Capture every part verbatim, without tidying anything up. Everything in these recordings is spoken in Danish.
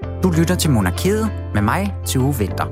Du lytter til Monarkiet med mig, Tue Winther.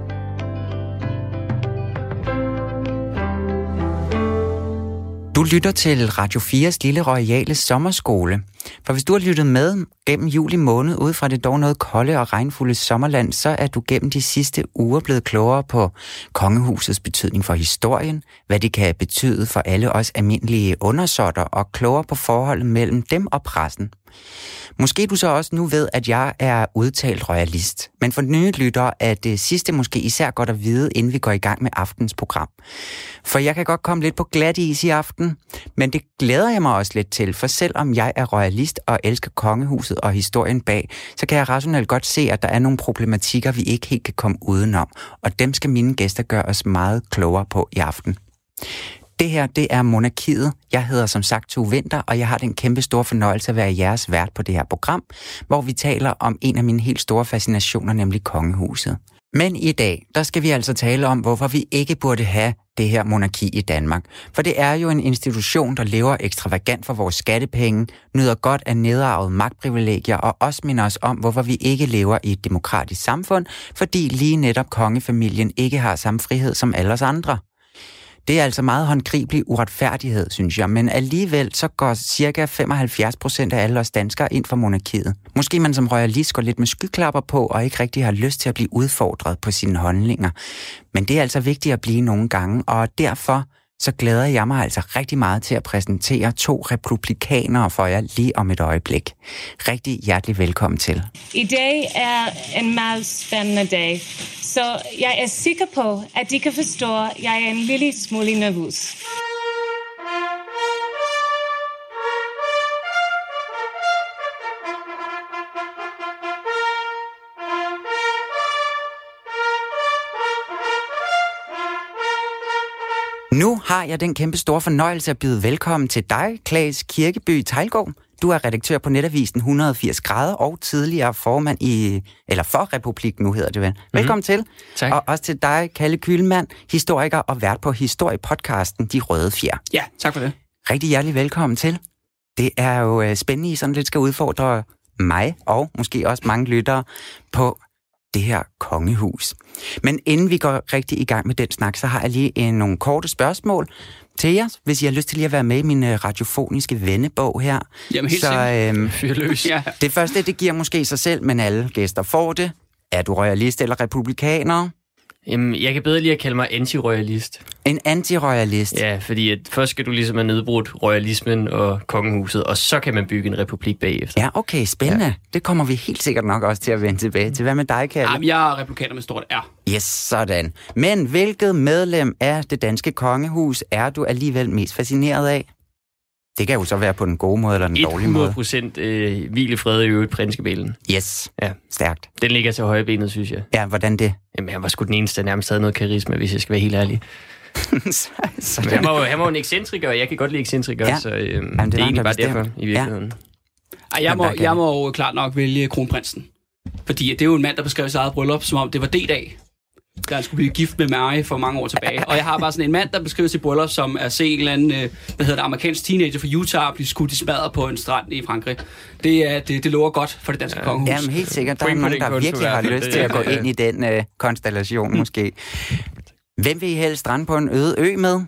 Du lytter til Radio fires lille royale sommerskole. For hvis du har lyttet med gennem juli måned ud fra det dog noget kolde og regnfulde sommerland, så er du gennem de sidste uger blevet klogere på kongehusets betydning for historien, hvad det kan betyde for alle os almindelige undersåtter, og klogere på forholdet mellem dem og pressen. Måske du så også nu ved, at jeg er udtalt royalist, men for nye lyttere er det sidste måske især godt at vide, inden vi går i gang med aftens program. For jeg kan godt komme lidt på glat is i aften, men det glæder jeg mig også lidt til, for selvom jeg er royalist og elsker kongehuset og historien bag, så kan jeg rationelt godt se, at der er nogle problematikker, vi ikke helt kan komme udenom, og dem skal mine gæster gøre os meget klogere på i aften. Det her, det er Monarkiet. Jeg hedder som sagt Tue Winther, og jeg har den kæmpe store fornøjelse at være jeres vært på det her program, hvor vi taler om en af mine helt store fascinationer, nemlig kongehuset. Men i dag, der skal vi altså tale om, hvorfor vi ikke burde have det her monarki i Danmark. For det er jo en institution, der lever ekstravagant for vores skattepenge, nyder godt af nedarvede magtprivilegier og også minder os om, hvorfor vi ikke lever i et demokratisk samfund, fordi lige netop kongefamilien ikke har samme frihed som alle os andre. Det er altså meget håndgribelig uretfærdighed, synes jeg, men alligevel så går cirka femoghalvfjerds procent af alle os danskere ind for monarkiet. Måske man som royalist går lidt med skyklapper på og ikke rigtig har lyst til at blive udfordret på sine holdninger. Men det er altså vigtigt at blive nogle gange, og derfor så glæder jeg mig altså rigtig meget til at præsentere to republikanere for jer lige om et øjeblik. Rigtig hjertelig velkommen til. I dag er en meget spændende dag, så jeg er sikker på, at de kan forstå, at jeg er en lille smule nervøs. Nu har jeg den kæmpe store fornøjelse at byde velkommen til dig, Claes Kirkeby Teglgaard. Du er redaktør på netavisen et hundrede og firs grader og tidligere formand i, eller for Republik, nu hedder det vel. Velkommen mm. til. Tak. Og også til dig, Kalle Kühlmann, historiker og vært på historiepodcasten De Røde Fjer. Ja, tak for det. Rigtig hjertelig velkommen til. Det er jo spændende, I sådan lidt skal udfordre mig og måske også mange lyttere på det her kongehus. Men inden vi går rigtig i gang med den snak, så har jeg lige en, nogle korte spørgsmål til jer, hvis I har lyst til lige at være med i min radiofoniske vennebog her. Jamen helt så, øhm, Fyrløs. Ja. Det første, det giver måske sig selv, men alle gæster får det. Er du royalist eller republikaner? Jamen, jeg kan bedre lige at kalde mig anti-royalist. En anti-royalist? Ja, fordi at først skal du ligesom have nedbrudt royalismen og kongehuset, og så kan man bygge en republik bagefter. Ja, okay, spændende. Ja. Det kommer vi helt sikkert nok også til at vende tilbage til. Hvad med dig, Kalle? Jamen, jeg er republikaner med stort R. Yes, sådan. Men hvilket medlem af det danske kongehus er du alligevel mest fascineret af? Det kan jo så være på den gode måde eller den dårlige måde. hundrede procent øh, hvil i fred i øvrigt prinskabelen. Yes, ja. Stærkt. Den ligger til højre benet, synes jeg. Ja, hvordan det? Jamen, han var sgu den eneste, der nærmest havde noget karisma, hvis jeg skal være helt ærlig. så, han, var, han var en ekscentriker, og jeg kan godt lide ekscentriker, ja. så øh, Jamen, det, det er egentlig bare derfor, i virkeligheden. Ja. Ej, jeg, må, jeg må jo klart nok vælge kronprinsen. Fordi det er jo en mand, der beskrev sit eget bryllup, som om det var D-dag, da han skulle blive gift med Mary for mange år tilbage. Og jeg har bare sådan en mand, der beskriver sit bryllup som at se en eller anden, hvad hedder det, amerikansk teenager fra Utah blive skudt i smadret på en strand i Frankrig. Det, er, det, det lover godt for det danske ja. kongehus. Jamen helt sikkert. Der er nogen, der virkelig har lyst til at gå ind i den øh, konstellation måske. Hvem vil I helst strande på en øde ø med?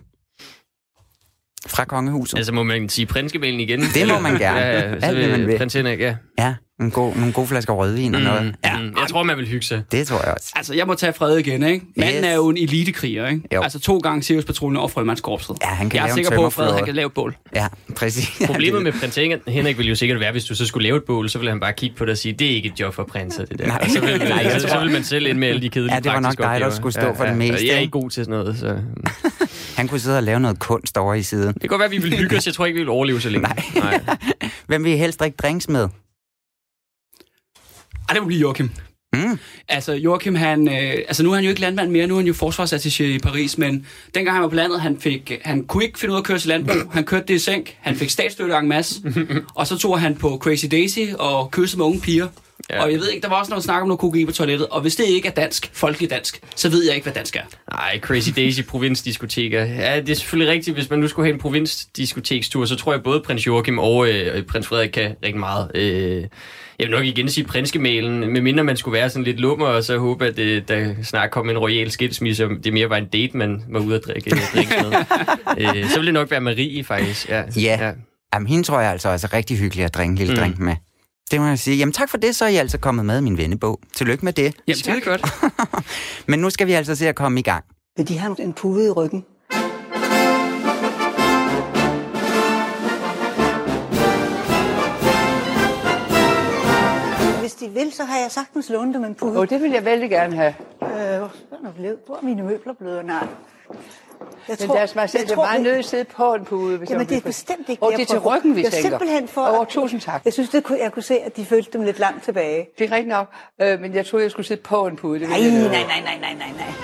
Fra kongehuset. Altså må man sige prinskabelen igen? Det må man gerne. Ja, ja, alt det man vil. Prins Henrik, ja. Ja, en god, nogle gode flasker rødvin og mm, noget. Ja. Mm, jeg tror, man vil hygge sig. Det tror jeg også. Altså, jeg må tage Frede igen, ikke? Manden yes. er jo en elitekriger, ikke? Jo. Altså to gange Sirius-patruljen over Frømandskorpset. Ja, han kan jeg er lave sikker på, at Frede han kan lave et bål. Ja, præcis. Problemet med prins Henrik ville jo sikkert være, hvis du så skulle lave et bål, så ville han bare kigge på dig og sige, det er ikke et job for prinser, det der. Nej, så vil, nej, så, så vil man selv ind med alle de kedelige praktiske opgaver. Ja, det var nok dig, der skulle stå ja, for ja, det meste. Jeg er ikke god til sådan noget, så... Han kunne sidde og lave noget kunst over i siden. Det kan godt være, at vi vil hygge os. Jeg tror ikke, vi vil overleve så længe. Nej. Nej. Hvem vil I helst drikke drinks med? Ej, det må blive Joachim. Mm. Altså, Joachim, han... Øh, altså, nu er han jo ikke landmand mere. Nu er han jo forsvarsattaché i Paris. Men dengang han var på landet, han, fik, han kunne ikke finde ud af at køre til landbrug. Han kørte det i sænk. Han fik statsstøtte en masse. Og så tog han på Crazy Daisy og kyssede med unge piger. Ja. Og jeg ved ikke, der var også noget snak om noget kokain på toilettet, og hvis det ikke er dansk, folkelig dansk, så ved jeg ikke, hvad dansk er. Nej, Crazy Daisy provinsdiskoteker. Ja, det er selvfølgelig rigtigt. Hvis man nu skulle have en provinsdiskotekstur, så tror jeg både prins Joachim og øh, prins Frederik kan rigtig meget. Øh, jeg vil nok igen sige prinskemalen, medmindre man skulle være sådan lidt lummer, og så håbe, at øh, der snart kom en royal skilsmisse, og det mere var en date, man var ude at drikke, drikke med. øh, så ville det nok være Marie, faktisk. Ja. Ja. ja. Jamen, hende tror jeg altså også er rigtig hyggelig at drikke en lille mm. drink med. Det må jeg sige. Jamen tak for det, så er I altså kommet med i min vennebog. Tillykke med det. Jamen, det er godt. Men nu skal vi altså se at komme i gang. Vil de have en pude i ryggen? Hvis de vil, så har jeg sagtens lånt dem en pude. Og det vil jeg vældig gerne have. Øh, hvor er mine møbler blevet? Nej. Jeg men tror, deres majestæt er meget nødt til at sidde på en pude. Hvis jamen, det er bestemt ikke og det er til ryggen, vi tænker. Jeg simpelthen for... Og tusind tak. Jeg synes, det kunne, jeg kunne se, at de følte dem lidt langt tilbage. Det er rigtigt nok, øh, men jeg troede, jeg skulle sidde på en pude. Det nej, nej, nej, nej, nej, nej, nej.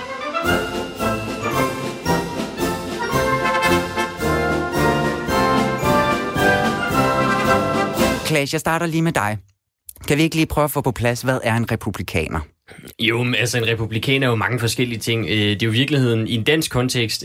Claes, jeg starter lige med dig. Kan vi ikke lige prøve at få på plads, hvad er en republikaner? Jo, altså en republikaner er jo mange forskellige ting. Det er jo i virkeligheden, i en dansk kontekst,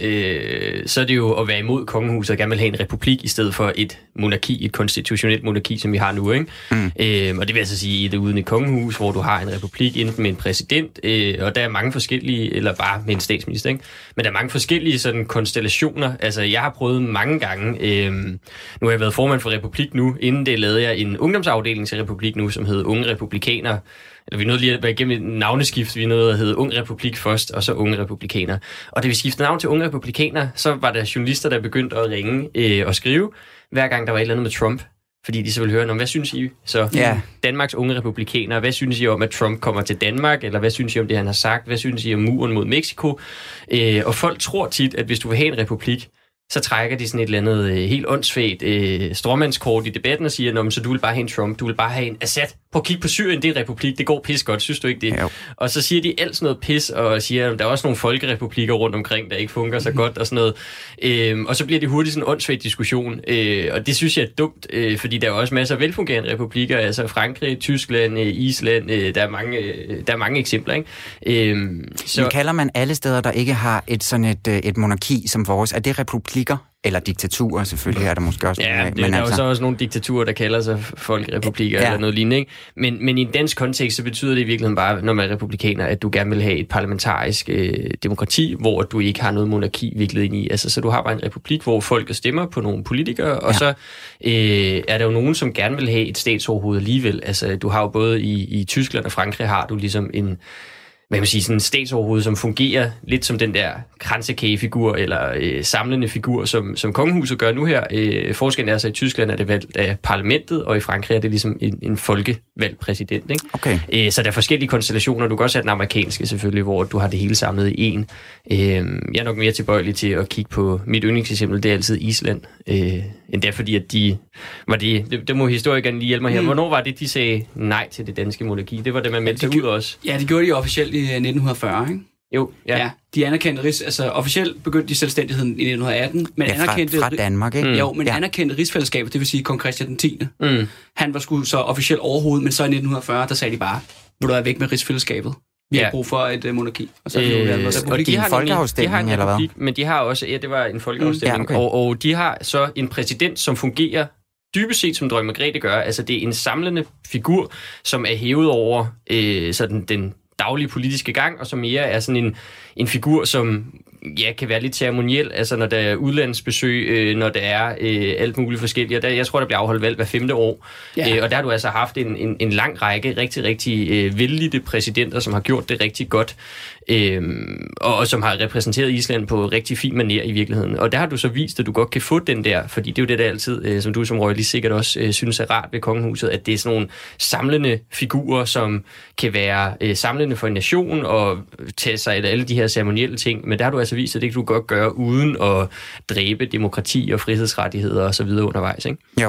så er det jo at være imod kongehuset og gerne vil have en republik i stedet for et monarki, et konstitutionelt monarki, som vi har nu, ikke? Mm. Og det vil altså sige, et uden et kongehus, hvor du har en republik, enten med en præsident, og der er mange forskellige, eller bare med en statsminister, ikke? Men der er mange forskellige sådan konstellationer. Altså, jeg har prøvet mange gange. Nu har jeg været formand for Republik Nu. Inden det lavede jeg en ungdomsafdeling til Republik Nu, som hed Unge Republikaner. Eller vi nåede lige at være igennem et navneskift. Vi nåede at hedde Ung Republik først, og så Unge Republikaner. Og da vi skiftede navn til Unge Republikaner, så var der journalister, der begyndte at ringe øh, og skrive, hver gang der var et eller andet med Trump. Fordi de så ville høre, hvad synes I så? Yeah. Danmarks Unge Republikaner, hvad synes I om, at Trump kommer til Danmark? Eller hvad synes I om det, han har sagt? Hvad synes I om muren mod Mexico? Øh, og folk tror tit, at hvis du vil have en republik, så trækker de sådan et eller andet øh, helt åndssvagt øh, stråmandskort i debatten og siger, så du vil bare have en Trump, du vil bare have en Assad. Prøv at kigge på Syrien, det er en republik, det går pis godt, synes du ikke det? Jo. Og så siger de alt sådan noget pis, og siger, at der er også nogle folkerepublikker rundt omkring, der ikke fungerer så godt og sådan noget. Øhm, og så bliver det hurtigt sådan en åndssvagt diskussion, øh, og det synes jeg er dumt, øh, fordi der er også masser af velfungerende republikker, altså Frankrig, Tyskland, øh, Island, øh, der, er mange, øh, der er mange eksempler, ikke? Øhm, så men kalder man alle steder, der ikke har et sådan et, et monarki som vores, er det republikker? Eller diktaturer, selvfølgelig er der måske også. Ja, det, men der altså... er jo så også nogle diktaturer, der kalder sig folkerepublikker ja. eller noget lignende, ikke? Men, men i en dansk kontekst, så betyder det i virkeligheden bare, når man er republikaner, at du gerne vil have et parlamentarisk øh, demokrati, hvor du ikke har noget monarki viklet ind i. Altså, så du har bare en republik, hvor folket stemmer på nogle politikere, og ja. så øh, er der jo nogen, som gerne vil have et statsoverhoved alligevel. Altså, du har jo både i, i Tyskland og Frankrig har du ligesom en hvad kan man sige, sådan en statsoverhoved, som fungerer lidt som den der kransekagefigur eller øh, samlende figur, som, som kongehuset gør nu her. Øh, forskellen er så, i Tyskland er det valgt af parlamentet, og i Frankrig er det ligesom en, en folkevalgt præsident. Ikke? Okay. Øh, så der er forskellige konstellationer. Du kan også have den amerikanske selvfølgelig, hvor du har det hele samlet i en. Øh, jeg er nok mere tilbøjelig til at kigge på mit yndlingseksempel, det er altid Island. Øh, endda fordi, at de var det, det, det må historikerne lige hjælpe mig her. Mm. Hvornår var det, de sagde nej til det danske monarki? Det var det, man meldte ja, ud også. Ja, det gjorde de officielt i nitten fyrre, ikke? Jo, ja. ja. De anerkendte rigs, altså officielt begyndte de selvstændigheden i nitten atten, men ja, fra, anerkendte fra Danmark, ikke? Mm. Jo, men ja. anerkendte rigsfællesskabet, det vil sige kong Christian den tiende. Mm. Han var sgu så officielt overhoved, men så i nitten fyrre, der sagde de bare, nu er væk med rigsfællesskabet. Vi har ja. brug for et uh, monarki. Og så er det øh, jo og de en folkeafstemning, eller hvad? Men de har også, ja, det var en folkeafstemning, mm. ja, okay. og, og de har så en præsident, som fungerer dybest set, som Dronning Margrethe gør. Altså, det er en samlende figur, som er hævet over øh, sådan den daglige politiske gang, og som mere er sådan en, en figur, som ja, kan være lidt ceremoniel, altså når der er udlandsbesøg, øh, når der er øh, alt muligt forskelligt. Og der, jeg tror, der bliver afholdt valg hver femte år. Ja. Øh, og der har du altså haft en, en, en lang række rigtig, rigtig øh, vellidte præsidenter, som har gjort det rigtig godt, øh, og, og som har repræsenteret Island på rigtig fin manér i virkeligheden. Og der har du så vist, at du godt kan få den der, fordi det er jo det, der altid, øh, som du som royalist sikkert også øh, synes er rart ved kongehuset, at det er sådan nogle samlende figurer, som kan være øh, samlende for en nation og tage sig af alle de her ceremonielle ting. Men der har du altså vist, at det kan du godt gøre uden at dræbe demokrati og frihedsrettigheder og så videre undervejs, ikke? Jo.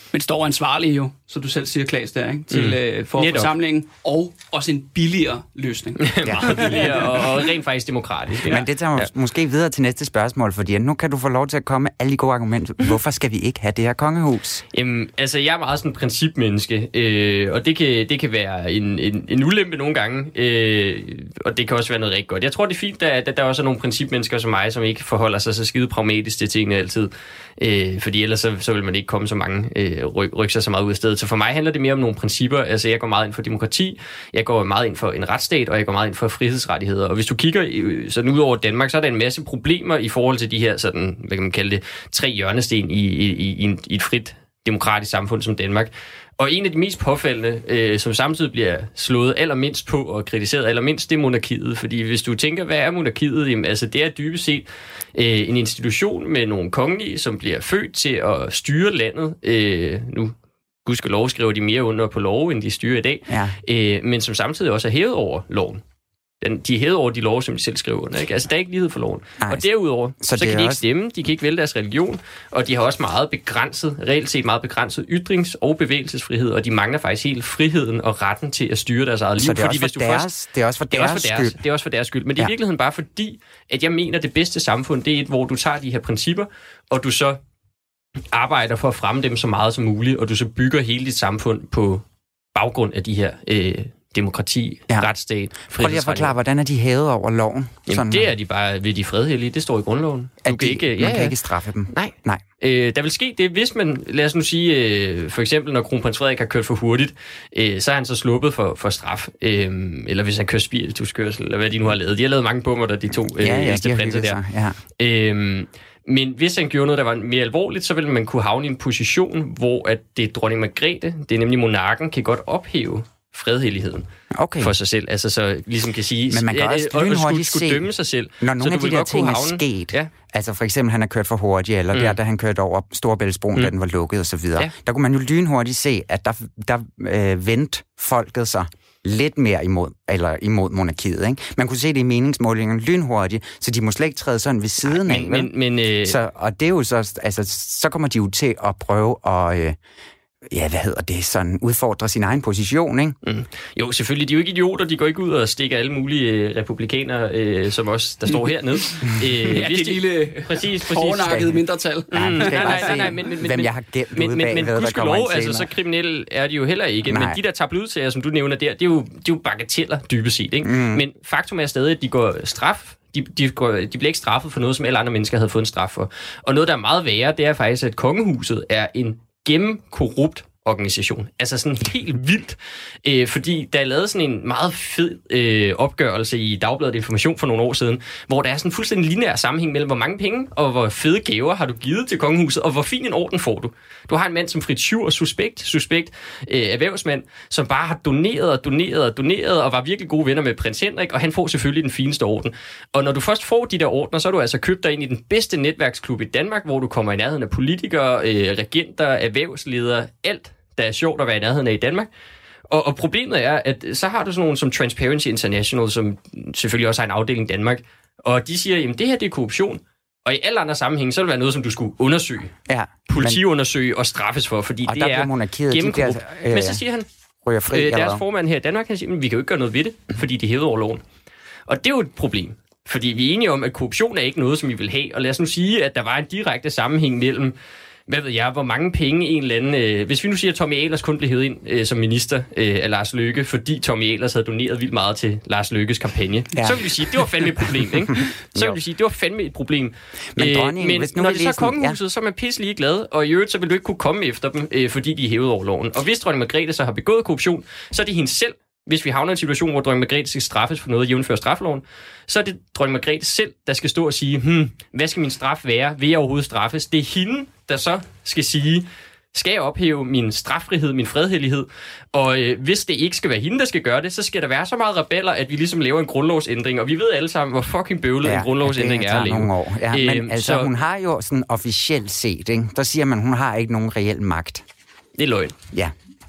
Men står ansvarlig jo, så du selv siger, Claes, der, ikke? Til, mm. øh, for Netop. forsamlingen, og også en billigere løsning. Meget billigere, og, og rent faktisk demokratisk. Ja. Men det tager ja. måske videre til næste spørgsmål, fordi nu kan du få lov til at komme med alle de gode argumenter. Hvorfor skal vi ikke have det her kongehus? Jamen, altså, jeg er meget sådan en principmenneske, øh, og det kan, det kan være en, en, en ulempe nogle gange, øh, og det kan også være noget rigtig godt. Jeg tror, det er fint, at, at der også er nogle principmennesker som mig, som ikke forholder sig så skide pragmatisk til tingene altid, øh, fordi ellers så, så vil man ikke komme så mange øh, ryg, rykke sig så meget ud af stedet. Så for mig handler det mere om nogle principper. Altså, jeg går meget ind for demokrati, jeg går meget ind for en retsstat, og jeg går meget ind for frihedsrettigheder. Og hvis du kigger sådan ud over Danmark, så er der en masse problemer i forhold til de her, sådan, hvad kan man kalde det, tre hjørnesten i, i, i, i et frit demokratisk samfund som Danmark. Og en af de mest påfaldende, øh, som samtidig bliver slået allermindst på og kritiseret allermindst, det er monarkiet. Fordi hvis du tænker, hvad er monarkiet? Jamen, altså, det er dybest set øh, en institution med nogle kongelige, som bliver født til at styre landet. Øh, nu gudskelov skriver de mere under på lov, end de styrer i dag. Ja. Øh, men som samtidig også er hævet over loven. Den, de er hævet over de love, som de selv skriver under. Ikke? Altså, der er ikke lighed for loven. Ej, og derudover, så, så kan de ikke også stemme, de kan ikke vælge deres religion, og de har også meget begrænset, reelt set meget begrænset ytrings- og bevægelsesfrihed, og de mangler faktisk helt friheden og retten til at styre deres eget liv. Så det er, fordi, også, for deres, først, det er også for deres, det er også for deres skyld. Det er også for deres skyld. Men det er i ja. virkeligheden bare fordi, at jeg mener, at det bedste samfund, det er et, hvor du tager de her principper, og du så arbejder for at fremme dem så meget som muligt, og du så bygger hele dit samfund på baggrund af de her øh, demokrati, ja. retsstat, Prøv lige at forklare, hvordan er de hævet over loven? Jamen, sådan, det er de bare ved de fredhellige. Det står i grundloven. Du kan de, ikke, ja, man kan ja. ikke straffe dem? Nej. Nej. Øh, der vil ske det, hvis man, lad os nu sige, øh, for eksempel når kronprins Frederik har kørt for hurtigt, øh, så er han så sluppet for, for straf. Øh, eller hvis han kører spirituskørsel, eller hvad de nu har lavet. De har lavet mange bummer, der de to øh, ja, ja, de prinser der. Ja. Øh, Men hvis han gjorde noget, der var mere alvorligt, så ville man kunne havne i en position, hvor at det er dronning Margrethe, det er nemlig monarken, kan godt ophæve fredhelligheden okay. for sig selv. Altså så ligesom kan sige, men man kan også og, og skulle, skulle dømme sig selv. Når nogle af de der ting havne, er sket, ja. altså for eksempel han har kørt for hurtigt, eller mm. der, da han kørte over Storebæltsbroen, mm. da den var lukket osv., ja. der kunne man jo lynhurtigt se, at der, der øh, vendte folket sig lidt mere imod, eller imod monarkiet, ikke? Man kunne se det i meningsmålingerne lynhurtigt, så de må slet ikke træde sådan ved siden af. Men, men, øh... så, og det er jo så, altså, så kommer de jo til at prøve at, øh, ja, hvad hedder det, sådan udfordre sin egen position, ikke? Mm. Jo, selvfølgelig, de er jo ikke idioter, de går ikke ud og stikker alle mulige øh, republikanere, øh, som også, der står hernede. øh, ja, det de, lille præcis, præcis. mindretal. Mm. Ja, nej, nej, nej, nej, men, men, hvem jeg har gemt men, ude men, bag, men, hvad der kommer lov, altså, så kriminelle er de jo heller ikke. Nej. Men de der tabloidsager, som du nævner der, det er jo, det er jo bagateller dybest set, ikke? Mm. Men faktum er stadig, at de går straf. De, de, går, de bliver ikke straffet for noget, som alle andre mennesker havde fået en straf for. Og noget, der er meget værre, det er faktisk, at kongehuset er en gennemkorrupt organisation. Altså sådan helt vildt. Øh, fordi der er lavet sådan en meget fed øh, opgørelse i Dagbladet Information for nogle år siden, hvor der er sådan en fuldstændig lineær sammenhæng mellem, hvor mange penge og hvor fede gaver har du givet til kongehuset, og hvor fin en orden får du. Du har en mand som Fritz Schur, suspekt, suspekt øh, erhvervsmand, som bare har doneret og doneret og doneret, og var virkelig gode venner med prins Henrik, og han får selvfølgelig den fineste orden. Og når du først får de der ordner, så er du altså købt dig ind i den bedste netværksklub i Danmark, hvor du kommer i nærheden af politikere, øh, regenter, erhvervsledere, alt der er sjovt at være i nærheden af i Danmark. Og, og problemet er, at så har du sådan nogen som Transparency International, som selvfølgelig også har en afdeling i Danmark, og de siger, jamen det her det er korruption, og i alle andre sammenhænge, så vil det være noget, som du skulle undersøge. Ja, politiundersøge men, og straffes for, fordi det er gennemkorrupt. Øh, men så siger han, fri, øh, deres formand her i Danmark, han siger, men vi kan jo ikke gøre noget ved det, fordi det er hævet over loven. Og det er jo et problem, fordi vi er enige om, at korruption er ikke noget, som vi vil have, og lad os nu sige, at der var en direkte sammenhæng mellem hvad ved jeg, hvor mange penge en eller anden... Øh, hvis vi nu siger, at Tommy Ahlers kun blev hævet ind øh, som minister øh, af Lars Løkke, fordi Tommy Ahlers havde doneret vildt meget til Lars Løkkes kampagne, ja. så vil vi sige, at det var fandme et problem, ikke? Så vil vi sige, at det var fandme et problem. Men, dronning, øh, men når det så er kongehuset, ja. så er man pisselig glad, og i øvrigt, så vil du ikke kunne komme efter dem, øh, fordi de er hævet over loven. Og hvis dronning Margrethe så har begået korruption, så er det hende selv, hvis vi havner i en situation, hvor dronning Margrethe skal straffes for noget, jævnfør straffeloven, så er det dronning Margrethe selv, der skal stå og sige, hmm, hvad skal min straf være? Vil jeg overhovedet straffes? Det er hende, der så skal sige, skal jeg ophæve min straffrihed, min fredhellighed? Og øh, hvis det ikke skal være hende, der skal gøre det, så skal der være så meget rebeller, at vi ligesom laver en grundlovsændring. Og vi ved alle sammen, hvor fucking bøvlet ja, en grundlovsændring er at lave. Nogle år. Ja, æm, men altså, så, hun har jo sådan officielt set, ikke? Der siger man, hun har ikke nogen reel magt. Det er løgn. Ja.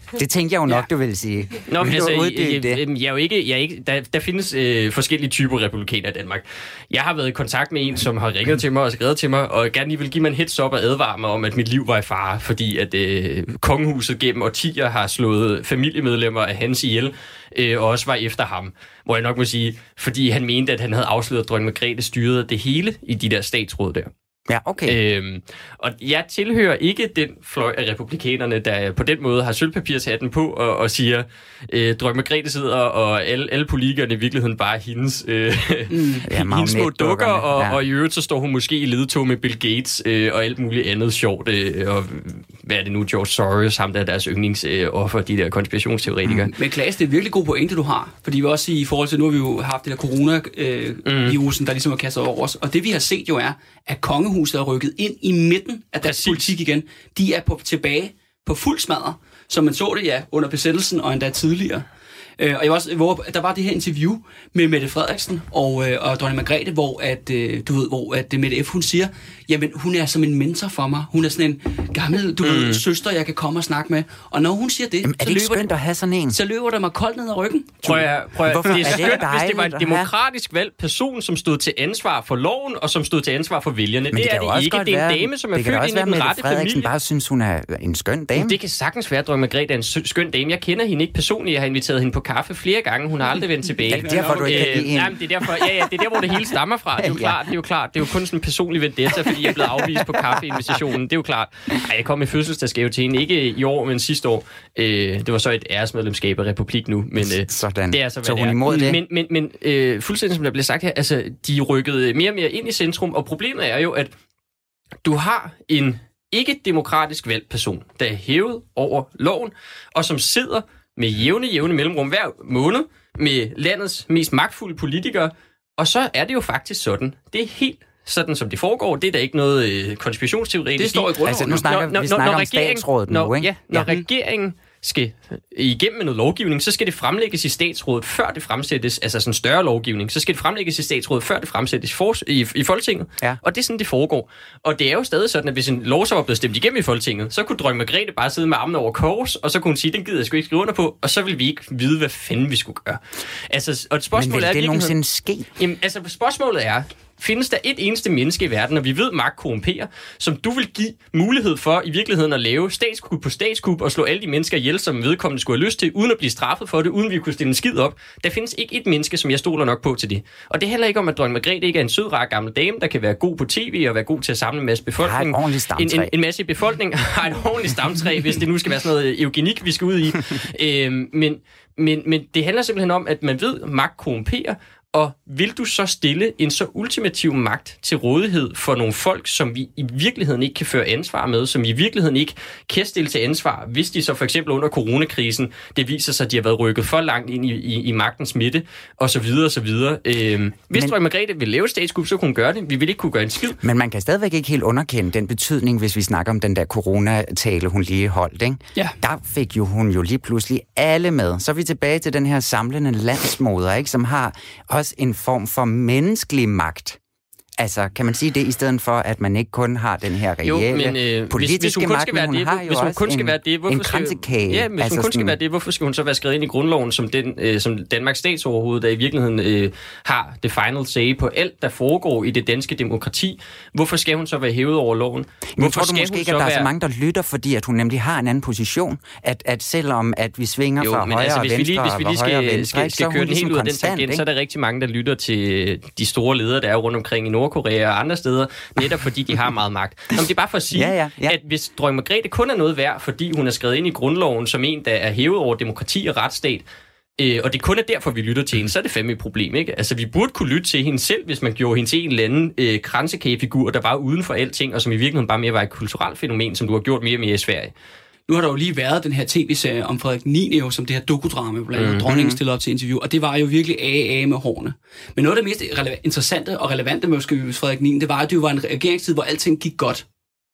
Det tænkte jeg jo nok, Ja. du ville sige. Nå, men altså, jeg, jeg, det. jeg, jeg er jo ikke, jeg er ikke, der, der findes øh, forskellige typer republikanere i Danmark. Jeg har været i kontakt med en, som har ringet til mig og skrevet til mig, og gerne lige vil give mig en heads up og advare mig om, at mit liv var i fare, fordi at øh, kongehuset gennem årtier har slået familiemedlemmer af hans ihjel, øh, og også var efter ham. Hvor jeg nok må sige, fordi han mente, at han havde afsløret, at dronning Margrethe styrede det hele i de der statsråd der. Ja, okay. Øhm, og jeg tilhører ikke den fløj af republikanerne, der på den måde har sølvpapirshatten på og, og siger, øh, dronning Margrethe sidder, og alle, alle politikerne i virkeligheden bare hendes, øh, mm. ja, hendes små dukker, og, ja. og i øvrigt så står hun måske i ledtog med Bill Gates øh, og alt muligt andet sjovt. Øh, og hvad er det nu, George Soros, ham der er deres yndlingsoffer, øh, de der konspirationsteoretikere. Mm. Men Klaas, det er virkelig god pointe, du har. Fordi vi også i forhold til, nu har vi jo haft det der coronavirusen, øh, mm. der ligesom er kastet over os. Og det vi har set jo er, at kongehuset er rykket ind i midten af deres politik igen. De er på, tilbage på fuld smadre, som man så det, ja, under besættelsen og endda tidligere. Øh, og jeg var også, hvor der var det her interview med Mette Frederiksen og, øh, og dronning Margrethe, hvor at, øh, du ved, hvor at Mette F. hun siger, jamen hun er som en mentor for mig. Hun er sådan en gammel, du mm. ved, søster, jeg kan komme og snakke med. Og når hun siger det, jamen, er det så, ikke løber skønt at have sådan en? så løber der mig koldt ned ad ryggen. Prøv at, prøv at, Hvorfor det er, er det skønt, hvis det var en dejligt at demokratisk valgt person, som stod til ansvar for loven, og som stod til ansvar for vælgerne. Men Det, det er kan jo det også ikke. godt Det er en være- dame, som er det kan født også ind i være, den Mette rette Frederiksen familie. bare synes, hun er en skøn dame. Det kan sagtens være, at dronning Margrethe er en sø- skøn dame. Jeg kender hende ikke personligt. Jeg har inviteret hende på kaffe flere gange. Hun har aldrig vendt tilbage. Er det derfor, du ikke kan lide hende? Nej, men det er derfor, ja, ja, det er der, hvor det hele stammer fra. Det er jo Ja. klart, det er jo klart. Det er jo kun sådan en personlig vendetta, fordi jeg er blevet afvist på kaffeinvitationen. Det er jo klart. Ej, jeg kom med fødselsdagsgave til hende. Ikke i år, men sidste år. Øh, det var så et æresmedlemskab af Republik nu. Men øh, Sådan. det er så, hvad Så det hun er. imod det? Men, men, men øh, fuldstændig som der blev sagt her, altså, de rykkede mere og mere ind i centrum, og problemet er jo, at du har en ikke-demokratisk valgt person, der er hævet over loven, og som sidder med jævne, jævne mellemrum hver måned med landets mest magtfulde politikere, og så er det jo faktisk sådan. Det er helt sådan, som det foregår. Det er der ikke noget øh, konspirationsteoretisk. Det står i grundloven. Altså, nu snakker, Når- når- vi snakker når om regeringen- statsrådet når, nu, ikke? Ja, når ja. regeringen skal igennem med noget lovgivning, så skal det fremlægges i statsrådet, før det fremsættes, altså sådan større lovgivning, så skal det fremlægges i statsrådet, før det fremsættes for, i, i Folketinget. Ja. Og det er sådan, det foregår. Og det er jo stadig sådan, at hvis en lov så var blevet stemt igennem i Folketinget, så kunne dronning Margrethe bare sidde med armene over kors, og så kunne hun sige, den gider jeg sgu ikke skrive under på, og så ville vi ikke vide, hvad fanden vi skulle gøre. Altså, og et spørgsmål Men vil er det i virkeligheden- nogensinde ske? Jamen, altså, spørgsmålet er, findes der et eneste menneske i verden, og vi ved, magt korrumperer, som du vil give mulighed for i virkeligheden at lave statskup på statskup og slå alle de mennesker ihjel, som vedkommende skulle have lyst til, uden at blive straffet for det, uden vi kunne stille en skid op. Der findes ikke et menneske, som jeg stoler nok på til det. Og det handler ikke om, at dronning Margrethe ikke er en sød, rar gammel dame, der kan være god på tv og være god til at samle en masse befolkning. Har et ordentligt en, stamtræ. en, en masse i befolkningen har et ordentligt stamtræ, hvis det nu skal være sådan noget eugenik, vi skal ud i. øhm, men, men, men det handler simpelthen om, at man ved, at magt korrumperer. Og vil du så stille en så ultimativ magt til rådighed for nogle folk, som vi i virkeligheden ikke kan føre ansvar med, som i virkeligheden ikke kan stille til ansvar, hvis de så for eksempel under coronakrisen, det viser sig, at de har været rykket for langt ind i, i, i magtens midte, og så videre, og så videre. Øhm, hvis dronning Margrethe vil lave statskup, så kunne hun gøre det. Vi vil ikke kunne gøre en skid. Men man kan stadigvæk ikke helt underkende den betydning, hvis vi snakker om den der coronatale, hun lige holdt, ikke? Ja. Der fik jo hun jo lige pludselig alle med. Så er vi tilbage til den her samlende landsmoder, ikke? Som har også en form for menneskelig magt. Altså, kan man sige det, i stedet for, at man ikke kun har den her reelle jo, men, øh, politiske hvis, hvis hun kun magt, skal men være hun det, har jo hvis hun også kun skal en, være det, hvorfor en kransekage. Ja, hvis altså hun kun skal sådan, være det, hvorfor skal hun så være skrevet ind i grundloven som, den, øh, som Danmarks statsoverhoved, der i virkeligheden øh, har det final say på alt, der foregår i det danske demokrati? Hvorfor skal hun så være hævet over loven? Men Hvorfor tror du måske ikke, at der er så mange, der lytter, fordi at hun nemlig har en anden position? At, at selvom at vi svinger jo, fra men højre altså, og hvis vi venstre lige, hvis vi lige og højre og skal, venstre, skal, ikke, så skal er hun køre den ligesom helt ud af den konstant, tangent, ikke? så er der rigtig mange, der lytter til de store ledere, der er rundt omkring i Nordkorea og andre steder, netop fordi de har meget magt. Nå, men det er bare for at sige, Ja, ja, ja. at hvis dronning Margrethe kun er noget værd, fordi hun er skrevet ind i grundloven som en, der er hævet over demokrati og retsstat, øh, og det kun er derfor, vi lytter til hende, så er det fandme et problem, ikke? Altså, vi burde kunne lytte til hende selv, hvis man gjorde hende til en eller anden øh, kransekagefigur, der var uden for alting, og som i virkeligheden bare mere var et kulturelt fænomen, som du har gjort mere og mere i Sverige. Nu har der jo lige været den her tv-serie om Frederik niende, jo, som det her dokudrama, blandt andet mm-hmm. dronningen stillede op til interview, og det var jo virkelig A A med hårene. Men noget af det mest releva- interessante og relevante med Frederik niende, det var, at det var en regeringstid, hvor alting gik godt.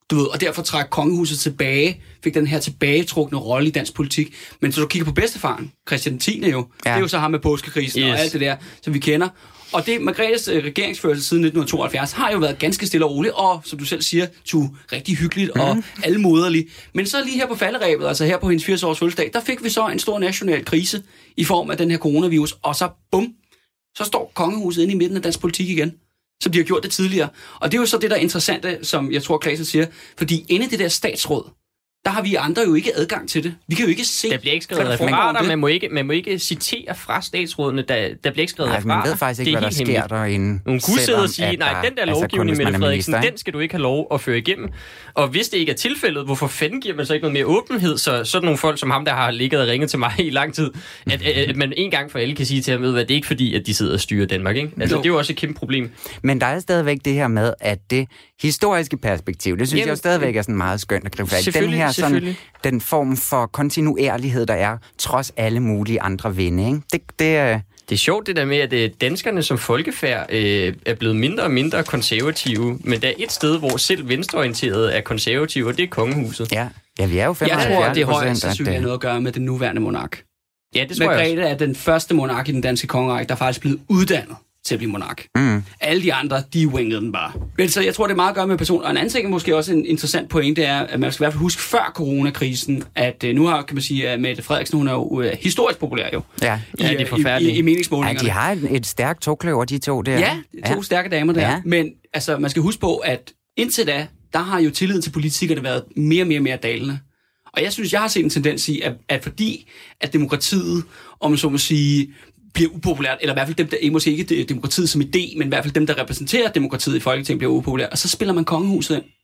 Du ved, og derfor træk kongehuset tilbage, fik den her tilbagetrukne rolle i dansk politik. Men så du kigger på bedstefaren, Christian den tiende jo, ja. Det er jo så ham med påskekrisen yes. og alt det der, som vi kender. Og det, Margrethes øh, regeringsførelse siden nitten tooghalvfjerds har jo været ganske stille og roligt, og som du selv siger, to rigtig hyggeligt mm. og almoderligt. Men så lige her på falderæbet, altså her på hendes firs års fødselsdag, der fik vi så en stor national krise i form af den her coronavirus, og så bum, så står kongehuset inde i midten af dansk politik igen, som de har gjort det tidligere. Og det er jo så det, der er interessante, som jeg tror, Claesen siger, fordi inde i det der statsråd, der har vi andre jo ikke adgang til det. Vi kan jo ikke se... Der bliver ikke skrevet referater, man må ikke, man må ikke citere fra statsrådene, der, der bliver ikke skrevet nej, referater. Man ved faktisk ikke, hvad der sker derinde. Hun kunne sidde og sige, nej, den der lovgivning, Mette Frederiksen, den skal du ikke have lov at føre igennem. Og hvis det ikke er tilfældet, hvorfor fanden giver man så ikke noget mere åbenhed, så sådan nogle folk som ham, der har ligget og ringet til mig i lang tid, at, at, at man en gang for alle kan sige til ham, at det er ikke fordi, at de sidder og styrer Danmark, ikke? Altså, det er jo også et kæmpe problem. Men der er stadigvæk det her med, at det historiske perspektiv, det synes Jamen, jeg jo stadigvæk er sådan meget skønt at gribe fat. Den her sådan, den form for kontinuerlighed, der er, trods alle mulige andre vinde, ikke? Det, det er... Det er sjovt det der med, at danskerne som folkefærd øh, er blevet mindre og mindre konservative, men der er et sted, hvor selv venstreorienterede er konservative, og det er kongehuset. Ja, ja vi er jo femoghalvfjerds Jeg tror, at det højst sandsynligt har noget at gøre med den nuværende monark. Ja, det tror jeg også. Margrethe er den første monark i den danske kongerække, der er faktisk blevet uddannet til at blive monark. Mm. Alle de andre, de wingede den bare. Men så jeg tror, det er meget at gøre med personen. Og en anden ting, måske også en interessant pointe, er, at man skal i hvert fald huske før coronakrisen, at uh, nu har, kan man sige, at Mette Frederiksen, hun er jo uh, historisk populær jo. Ja, i, ja det er forfærdeligt. I, i, i meningsmålingerne. Ja, de har et, et stærkt togkløver, de to der. Ja, to ja. stærke damer der. Ja. Men altså, man skal huske på, at indtil da, der har jo tilliden til politikerne været mere og mere, mere dalende. Og jeg synes, jeg har set en tendens i, at, at fordi at demokratiet, om man så må sige, bliver upopulært, eller i hvert fald dem, der måske ikke demokratiet som idé, men i hvert fald dem, der repræsenterer demokratiet i Folketinget, bliver upopulært, og så spiller man kongehuset ind.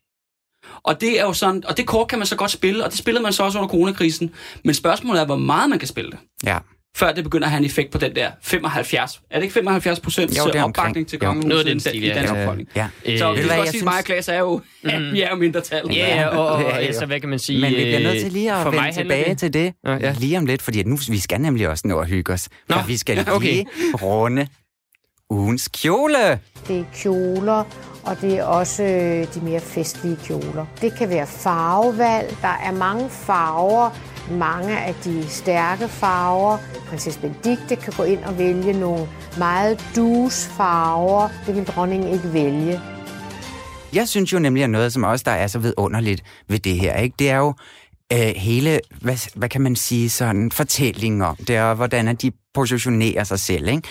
Og det er jo sådan, og det kort kan man så godt spille, og det spillede man så også under coronakrisen, men spørgsmålet er, hvor meget man kan spille det. Ja. Før det begynder at have en effekt på den der femoghalvfjerds. Er det ikke femoghalvfjerds procent opbakning til kongehuset noget den stil, i dansk opholdning? Ja. Ja. Så det skal også sige, at mig og Claes er jo, mm. vi er jo mindretal. Ja, ja, og, og, og altså, hvad kan man sige? Men vi bliver nødt til lige at vende tilbage det. til det ja, ja. lige om lidt, fordi nu, vi skal nemlig også nå at hygge os. Nå. For vi skal lige okay. runde ugens kjole. Det er kjoler, og det er også de mere festlige kjoler. Det kan være farvevalg. Der er mange farver. Mange af de stærke farver. Prinsesse Benedikte kan gå ind og vælge nogle meget dus farver. Det vil dronningen ikke vælge. Jeg synes jo nemlig, at noget, som også der er så vidunderligt ved det her, ikke? Det er jo øh, hele, hvad, hvad kan man sige, sådan fortælling om det, og hvordan at de positionerer sig selv, ikke?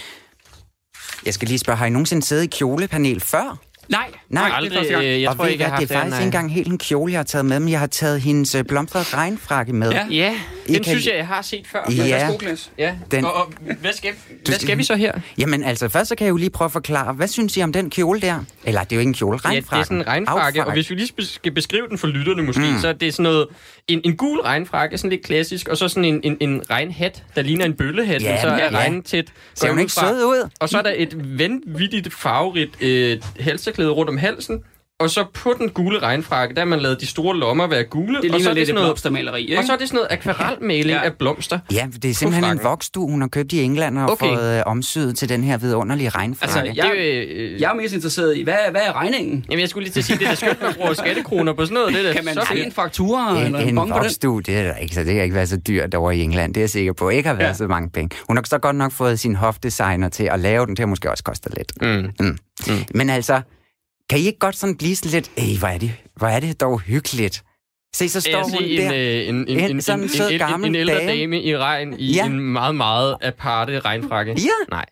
Jeg skal lige spørge, har I nogensinde siddet i kjolepanel før? Nej, nej, aldrig. Øh, jeg og tror ikke, jeg har det er faktisk ikke engang helt en kjole, jeg har taget med, men jeg har taget hendes blomstrede regnfrakke med. Ja, ja. den kan... synes jeg, jeg har set før. Ja. ja. Den... Og, og hvad, skal, hvad skal vi så her? Jamen altså, først så kan jeg jo lige prøve at forklare, hvad synes I om den kjole der? Eller det er jo ikke en kjole, regnfrakke. Ja, det er sådan en regnfrakke, og hvis vi lige skal beskrive den for lytterne måske, mm. så er det sådan noget, en, en gul regnfrakke, sådan lidt klassisk, og så sådan en, en, en regnhat, der ligner en bøllehat, ja, så er ja. regntæt. Ser hun ikke sød ud? Og så er der et vanvittigt farverigt øh, halserklæde rundt om halsen, og så på den gule regnfrakke, der har man lavet de store lommer være gule. Det ligner og så er lidt det et blomstermaleri, ikke? Og så er det sådan noget akvarelmaling ja. af blomster. Ja, det er simpelthen en voksdue, hun har købt i England og okay. fået øh, omsyet til den her vidunderlige regnfrakke. Altså, jeg, øh, jeg er mest interesseret i, hvad, hvad er regningen? Jamen, jeg skulle lige til at sige, det er skønt, man bruger skattekroner på sådan noget. Det er kan man så se en faktura en, eller en, en bon på den? voksdue, det er der ikke, så det har ikke været så dyrt over i England. Det er jeg sikker på. Ikke har været ja. så mange penge. Hun har så godt nok fået sin hofdesigner til at lave den, til at måske også koste lidt. Mm. Mm. Mm. Men altså, kan I ikke godt sådan blive sådan lidt, ej, hvor er det, hvor er det dog hyggeligt. Se, så står hun en, der. En, en, en, en, sådan en sød en, gammel en, en ældre dame. dame i regn i ja. en meget, meget aparte regnfrakke. Ja. Nej.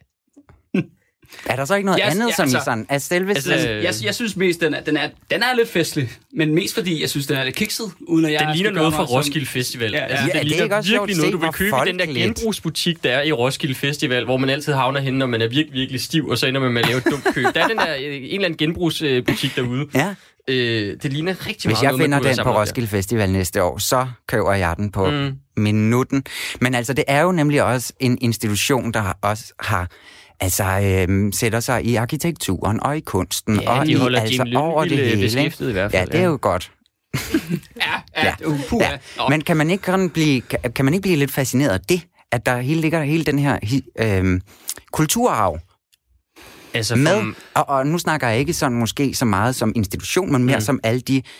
Er der så ikke noget yes, andet, ja, som altså, I sådan er selve... Altså, altså, jeg, jeg synes mest, den er, den, er, den er lidt festlig, men mest fordi, jeg synes, den er lidt kikset, uden at jeg... Den ligner noget fra Roskilde Festival. Ja, ja. Altså, ja, den det ligner er virkelig noget, du vil købe i den der genbrugsbutik, der er i Roskilde Festival, hvor man altid havner henne, når man er virkelig, virkelig stiv, og så ender man med at lave et dumt køb. Der er den der, en eller anden genbrugsbutik derude. Ja. Øh, det ligner rigtig Hvis meget jeg finder noget, den på Roskilde der. Festival næste år, så køber jeg den på mm. minutten. Men altså, det er jo nemlig også en institution, der også har... Altså, øhm, sætter sig i arkitekturen og i kunsten. Ja, og de holder i, altså, Jim over det hele. Beskæftiget i hvert fald. Ja, det er jo godt. ja, ja, ja. Uh, ja. Men kan man, ikke kan, blive, kan, kan man ikke blive lidt fascineret af det, at der hele ligger hele den her øhm, kulturarv altså med, from... og, og nu snakker jeg ikke sådan måske så meget som institution, men mere mm. som alle de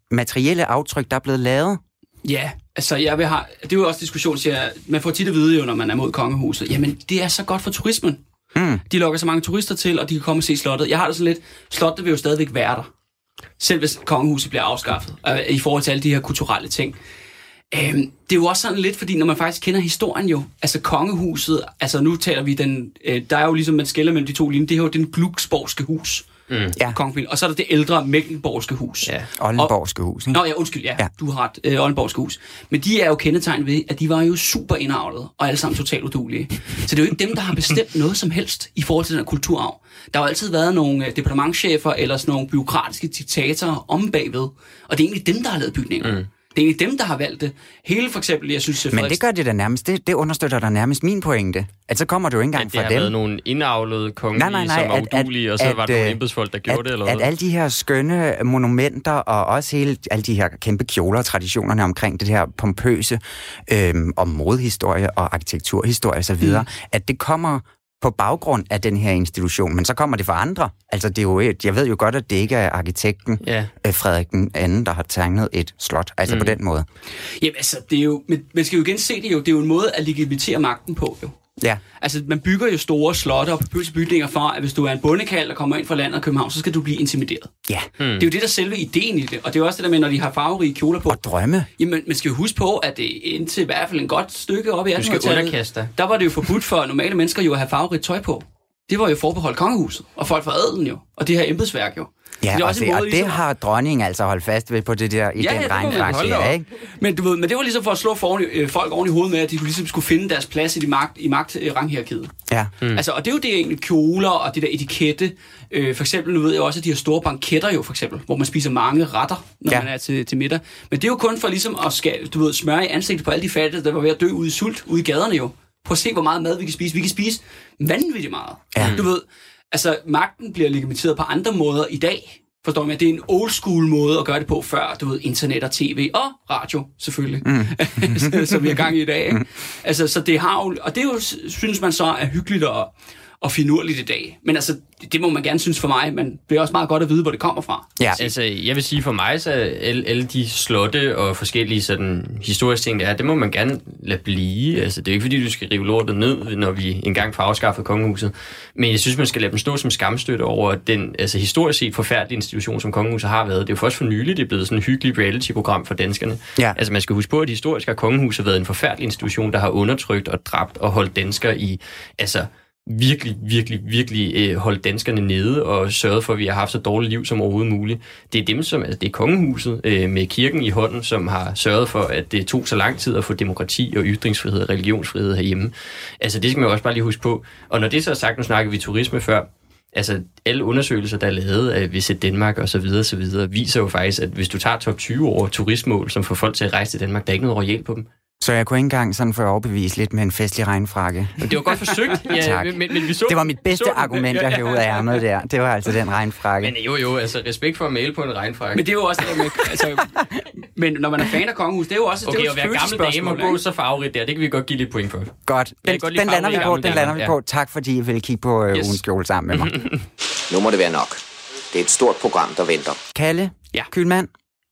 materielle aftryk, der er blevet lavet? Ja, altså jeg vil have, det er jo også diskussion, siger jeg, man får tit at vide jo, når man er mod kongehuset, jamen det er så godt for turismen. Mm. De lokker så mange turister til, og de kan komme og se slottet. Jeg har det sådan lidt, slottet vil jo stadigvæk være der, selv hvis kongehuset bliver afskaffet, øh, i forhold til alle de her kulturelle ting. Øhm, det er jo også sådan lidt, fordi når man faktisk kender historien jo, altså kongehuset, altså nu taler vi den, øh, der er jo ligesom, man skelner mellem de to linjer, det er jo den Glücksborgske hus. Mm. Ja. Og så er der det ældre Mecklenborgske hus. Ja. Oldenborgske hus, ikke? Nå ja, undskyld, ja, ja. Du har ret, øh, Oldenborgske hus. Men de er jo kendetegnet ved, at de var jo super indavlet, og alle sammen totalt udulige. Så det er jo ikke dem, der har bestemt noget som helst i forhold til den her kulturarv. Der har jo altid været nogle øh, departementschefer eller sådan nogle byråkratiske diktatorer om bagved, og det er egentlig dem, der har lavet bygninger. Mm. Det er egentlig dem, der har valgt det. Hele for eksempel, jeg synes... Men det gør det da nærmest. Det, det understøtter der nærmest min pointe. At så kommer du jo ikke engang fra dem. Det har været nogle indavlede kongelige, som var udulige, og så at, var der nogle embedsfolk, der gjorde at, det, eller at hvad? alle de her skønne monumenter, og også hele, alle de her kæmpe kjoler og traditionerne omkring det her pompøse, øhm, om modehistorie og arkitekturhistorie osv., mm. at det kommer på baggrund af den her institution, men så kommer det fra andre. Altså, det er jo et, jeg ved jo godt, at det ikke er arkitekten ja. øh, Frederik den anden, der har tegnet et slot. Altså mm. på den måde. Jamen altså, det er jo, men man skal jo igen se det jo, det er jo en måde at legitimere magten på, jo. Ja. Altså, man bygger jo store slotte og pompøse bygninger for, at hvis du er en bondekald, der kommer ind fra landet og København, så skal du blive intimideret. Ja. Hmm. Det er jo det, der er selve ideen i det, og det er jo også det der med, når de har farverige kjoler på. Og drømme. Jamen, man skal jo huske på, at det indtil i hvert fald en godt stykke op i attenhundredetallet, der var det jo forbudt for normale mennesker jo at have farverigt tøj på. Det var jo forbeholdt kongehuset, og folk fra adelen jo, og det her embedsværk jo. Ja, det og, det, måde, og det ligesom har dronningen altså holdt fast ved på det der, i ja, den ja, regnfrakse, ikke? Men du ved, men det var ligesom for at slå foran, øh, folk oven i hovedet med, at de ligesom skulle finde deres plads i, de magt, i magtranghierarkiet. Ja. Mm. Altså, og det er jo det egentlig kjoler og det der etikette. Øh, for eksempel, nu ved jeg også, at de her store banketter jo, for eksempel, hvor man spiser mange retter, når ja. man er til, til middag. Men det er jo kun for ligesom at skal, du ved, smøre i ansigtet på alle de fattige, der var ved at dø ude i sult, ude i gaderne jo. Prøv at se, hvor meget mad vi kan spise. Vi kan spise vanvittigt meget. Ja. Du ved, altså, magten bliver legitimeret på andre måder i dag. Forstår du, at det er en old school måde at gøre det på før, du ved, internet og tv og radio, selvfølgelig, mm. som vi har gang i i dag. Ikke? Altså, så det har jo, og det er jo, synes man så er hyggeligt og, og finurligt i dag. Men altså, det må man gerne synes for mig, men det er også meget godt at vide, hvor det kommer fra. Ja, altså, jeg vil sige for mig, så alle, alle de slotte og forskellige sådan historiske ting, der er, det må man gerne lade blive. Altså, det er ikke fordi, du skal rive lortet ned, når vi engang får afskaffet kongehuset. Men jeg synes, man skal lade dem stå som skamstøtte over den, altså historisk set forfærdelige institution, som kongehuset har været. Det er jo først for nylig, det er blevet sådan et hyggeligt reality-program for danskerne. Ja. Altså, man skal huske på, at historisk har kongehuset været en forfærdelig institution, der har undertrykt og dræbt og holdt danskere i, altså, virkelig, virkelig, virkelig øh, holdt danskerne nede og sørget for, at vi har haft så dårligt liv som overhovedet muligt. Det er dem, som, altså det er kongehuset øh, med kirken i hånden, som har sørget for, at det tog så lang tid at få demokrati og ytringsfrihed og religionsfrihed herhjemme. Altså det skal man jo også bare lige huske på. Og når det så er sagt, nu snakker vi turisme før, altså alle undersøgelser, der er lavet af Visit Danmark og så videre, så videre, viser jo faktisk, at hvis du tager top tyve over turistmål, som får folk til at rejse til Danmark, der er ikke noget royalt på dem. Så jeg kunne ikke engang sådan få overbevist lidt med en festlig regnfrakke. Det var godt forsøgt. Ja, tak. Men, men vi så, det var mit bedste så, argument, jeg hævede af ærmet der. Det var altså den regnfrakke. Men jo, jo, altså respekt for at male på en regnfrakke. Men det er jo også det med, altså, men når man er fan af kongehus, det er jo også okay, det er jo at være gammel dame og gå så farverigt der, det kan vi godt give lidt point for. Godt. Den, den, den lander vi på, den lander vi på. Tak fordi I ville kigge på uh, yes. ugens skjole sammen med mig. Nu må det være nok. Det er et stort program, der venter. Kalle, ja. Kylmand,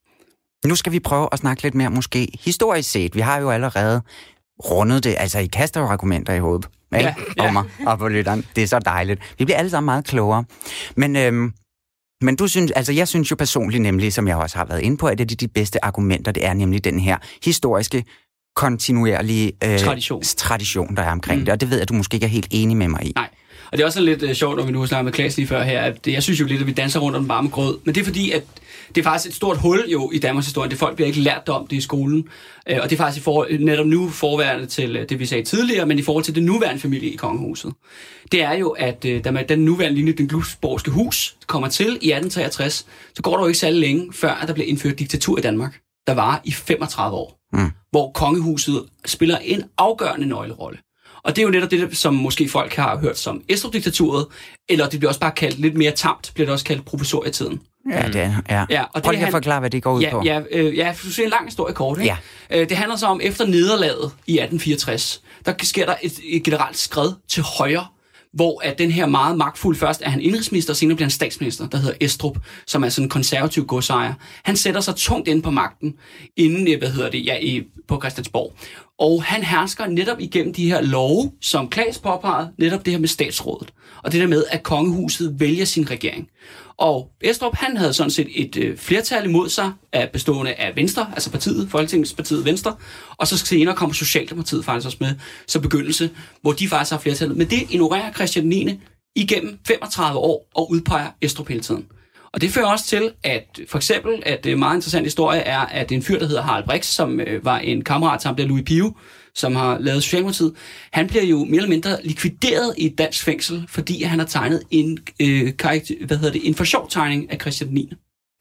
nu skal vi prøve at snakke lidt mere måske historisk set. Vi har jo allerede rundet det. Altså, I kaster jo argumenter i hovedet. Ikke? Ja, ja. Og mig og på lytteren. Det er så dejligt. Vi bliver alle sammen meget klogere. Men, øhm, men du synes, altså jeg synes jo personligt nemlig, som jeg også har været inde på, at det er de bedste argumenter, det er nemlig den her historiske, kontinuerlige øh, tradition. tradition, der er omkring mm. det. Og det ved jeg, at du måske ikke er helt enig med mig i. Nej. Og det er også lidt uh, sjovt, når vi nu har snakket med Klaas lige før her, at det, jeg synes jo lidt, at vi danser rundt om den varme grød. Men det er fordi, at det er faktisk et stort hul jo i Danmarks historie. Det folk bliver ikke lært om det i skolen. Uh, og det er faktisk i for, netop nu forværende til uh, det, vi sagde tidligere, men i forhold til den nuværende familie i kongehuset. Det er jo, at uh, da man, den nuværende linje, den Glücksborgske hus, kommer til i atten treogtres, så går der jo ikke særlig længe, før at der bliver indført diktatur i Danmark, der var i femogtredive år. Mm. Hvor kongehuset spiller en afgørende nøglerolle. Og det er jo netop det, som måske folk har hørt som Estrup-diktaturet, eller det bliver også bare kaldt lidt mere tamt, bliver det også kaldt professorietiden. Ja, det er, ja. ja og Prøv lige at forklare, hvad det går ud ja, på. Ja, øh, ja, for du ser en lang historie kort, ikke? Ja. Øh, det handler så om, efter nederlaget i atten fireogtres, der sker der et, et generelt skred til højre hvor at den her meget magtfulde, først er han indrigsminister, og senere bliver han statsminister, der hedder Estrup, som er sådan en konservativ godsejer. Han sætter sig tungt ind på magten, inden, hvad hedder det, ja, i, på Christiansborg. Og han hersker netop igennem de her love, som Claes påpegede, netop det her med statsrådet. Og det der med, at kongehuset vælger sin regering. Og Estrup, han havde sådan set et øh, flertal imod sig, af bestående af Venstre, altså partiet, Folketingspartiet Venstre, og så senere kommer Socialdemokratiet faktisk også med som begyndelse, hvor de faktisk har flertallet. Men det ignorerer Christian niende igennem femogtredive år og udpeger Estrup hele tiden. Og det fører også til, at for eksempel, at en meget interessant historie er, at en fyr, der hedder Harald Brix, som øh, var en kammerat sammen med Louis Pio, som har lavet Socialdemokratiet, han bliver jo mere eller mindre likvideret i et dansk fængsel, fordi han har tegnet en, øh, karakter, hvad hedder det, en for sjov tegning af Christian niende.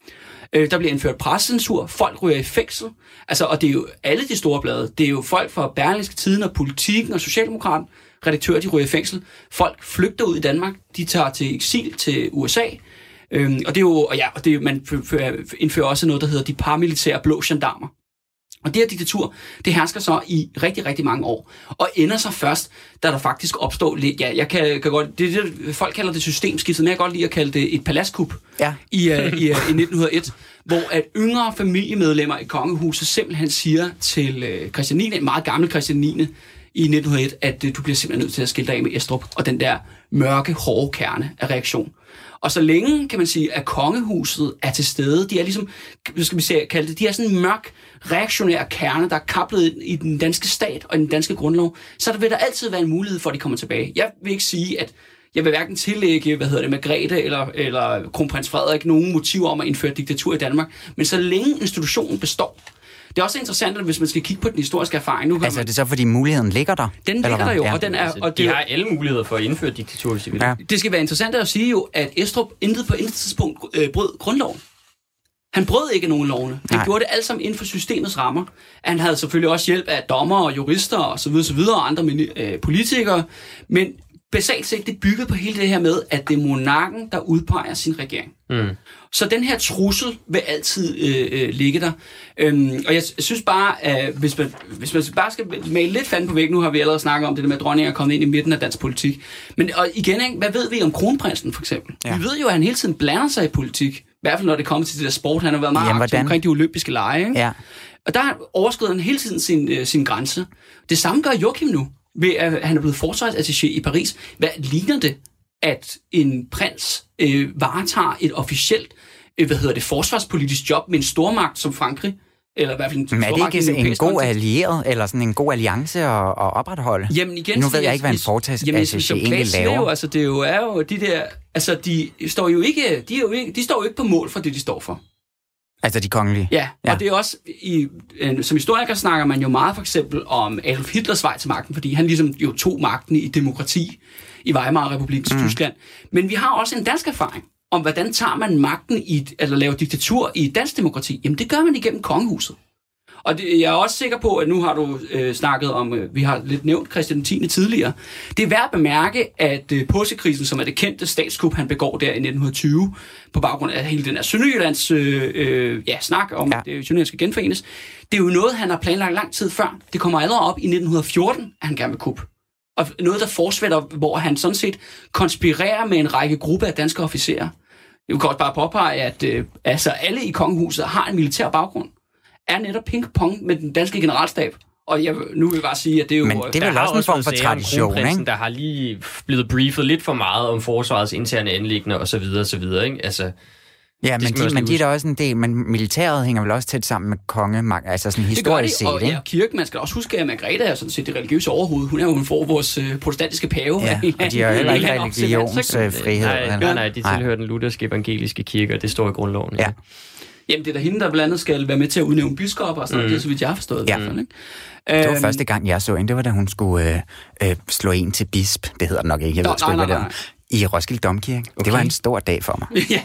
Øh, der bliver indført pressecensur, folk ryger i fængsel, altså, og det er jo alle de store blade, det er jo folk fra Berlingske Tidende og Politikken og Socialdemokraten, redaktører, de ryger i fængsel, folk flygter ud i Danmark, de tager til eksil til U S A, Øhm, og det er jo, og ja, og det er, man indfører også noget, der hedder de paramilitære blå gendarmer. Og det her diktatur, det hersker så i rigtig, rigtig mange år, og ender så først, da der faktisk opstår lidt, ja, jeg kan, kan godt, det, det folk kalder det systemskiftet, men jeg kan godt lide at kalde det et paladskup ja. i, uh, i, uh, i nitten hundrede og et, hvor at yngre familiemedlemmer i kongehuset simpelthen siger til uh, Christian niende, en meget gammel Christian niende i nitten hundrede og et, at uh, du bliver simpelthen nødt til at skille dig af med Estrup, og den der mørke, hårde kerne af reaktion. Og så længe, kan man sige, at kongehuset er til stede, de er ligesom, hvad skal vi sige, kalde det, de er sådan en mørk, reaktionær kerne, der er kaplet i den danske stat og i den danske grundlov, så der vil der altid være en mulighed for, at de kommer tilbage. Jeg vil ikke sige, at jeg vil hverken tillægge, hvad hedder det, Margrethe eller, eller kronprins Frederik nogen motiver om at indføre diktatur i Danmark, men så længe institutionen består. Det er også interessant, at hvis man skal kigge på den historiske erfaring. Nu altså man... er det så, fordi muligheden ligger der? Den ligger der jo, ja. og den er... Altså, og de det, har alle muligheder for at indføre diktatur, hvis de vil. Ja. Det skal være interessant at sige jo, at Estrup intet på intet tidspunkt øh, brød grundloven. Han brød ikke nogen lovene. Han Nej. gjorde det alt sammen inden for systemets rammer. Han havde selvfølgelig også hjælp af dommer og jurister og så videre, så videre og andre øh, politikere. Men basalt set, det byggede på hele det her med, at det er monarken, der udpeger sin regering. Mm. Så den her trussel vil altid øh, øh, ligge der. Øhm, og jeg synes bare, at hvis man, hvis man bare skal male lidt fanden på væk, nu har vi allerede snakket om det der med, at dronningen er kommet ind i midten af dansk politik. Men og igen, ikke, hvad ved vi om kronprinsen for eksempel? Ja. Vi ved jo, at han hele tiden blander sig i politik. I hvert fald når det kommer til det der sport. Han har været meget aktiv omkring de olympiske lege. Ikke? Ja. Og der overskrider han hele tiden sin, øh, sin grænse. Det samme gør Joachim nu, ved at han er blevet forsvarsattaché i Paris. Hvad ligner det, at en prins øh, varetager et officielt øh, hvad hedder det, forsvarspolitisk job med en stormagt som Frankrig? Eller i hvert fald en Men er det ikke en god allieret, eller sådan en god alliance at, at opretholde? Jamen igen... Nu ved jeg ikke, hvad en fortagsattaché egentlig laver. Jo, altså det er jo, er jo de der... Altså de står jo ikke... De, er jo ikke, de står jo ikke på mål for det, de står for. Altså de kongelige? Ja, ja. Og det er også... I, som historiker snakker man jo meget for eksempel om Adolf Hitlers vej til magten, fordi han ligesom jo tog magten i demokrati i Weimar-republikens mm. Tyskland. Men vi har også en dansk erfaring om, hvordan tager man magten i, eller laver diktatur i dansk demokrati. Jamen det gør man igennem kongehuset. Og det, jeg er også sikker på, at nu har du øh, snakket om, øh, vi har lidt nævnt Christian tiende tidligere. Det er værd at bemærke, at øh, påskekrisen, som er det kendte statskup, han begår der i nitten tyve, på baggrund af hele den her Sønderjyllands øh, øh, ja, snak om, ja. at det Sønderjylland skal genforenes, det er jo noget, han har planlagt lang tid før. Det kommer allerede op i nitten fjorten, at han gerne vil kuppe. Og noget, der forsvætter, hvor han sådan set konspirerer med en række grupper af danske officerer. Jeg kan også bare påpege, at øh, altså, alle i kongehuset har en militær baggrund. Er netop ping-pong med den danske generalstab. Og jeg, nu vil jeg bare sige, at det er jo... Men det er vel også en form for tradition, ikke? Der har lige blevet briefet lidt for meget om forsvarets interne anliggender og så videre, og så videre, ikke? Altså... Ja, men de, men de er der også en del, men militæret hænger vel også tæt sammen med kongemagt, altså sådan historisk set, og, ikke? Ja, kirken, man skal også huske, at Margrethe er sådan set det religiøse overhoved. Hun er jo for vores øh, protestantiske pave. Ja, og de har heller ikke religionsfrihed. Nej, nej, nej, de tilhører den lutherske evangeliske kirke, og det står i grundloven. Ja. Jamen, det er da hende, der blandt andet skal være med til at udnævne biskopper og sådan mm. det, så vidt jeg har forstået. Ja. I hvert fald, ikke? Det var øhm, første gang, jeg så hende. Det var, da hun skulle øh, øh, slå en til bisp. Det hedder det nok ikke. Jeg Nå, ved sgu ikke, hvad det er. I Roskilde Domkirke. Okay. Det var en stor dag for mig. ja.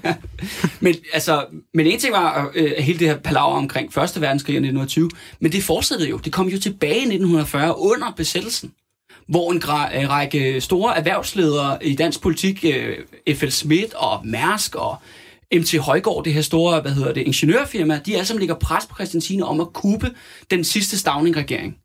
men, altså, men en ting var øh, hele det her palaver omkring første verdenskrig i nitten tyve, men det fortsatte jo. Det kom jo tilbage i nitten fyrre under besættelsen, hvor en gra- en række store erhvervsledere i dansk politik, øh, F L Schmidt og Mærsk og M T Højgaard, det her store, hvad hedder det, ingeniørfirma, de alle sammen lægger pres på Christian tiende om at kuppe den sidste Stauning-regering.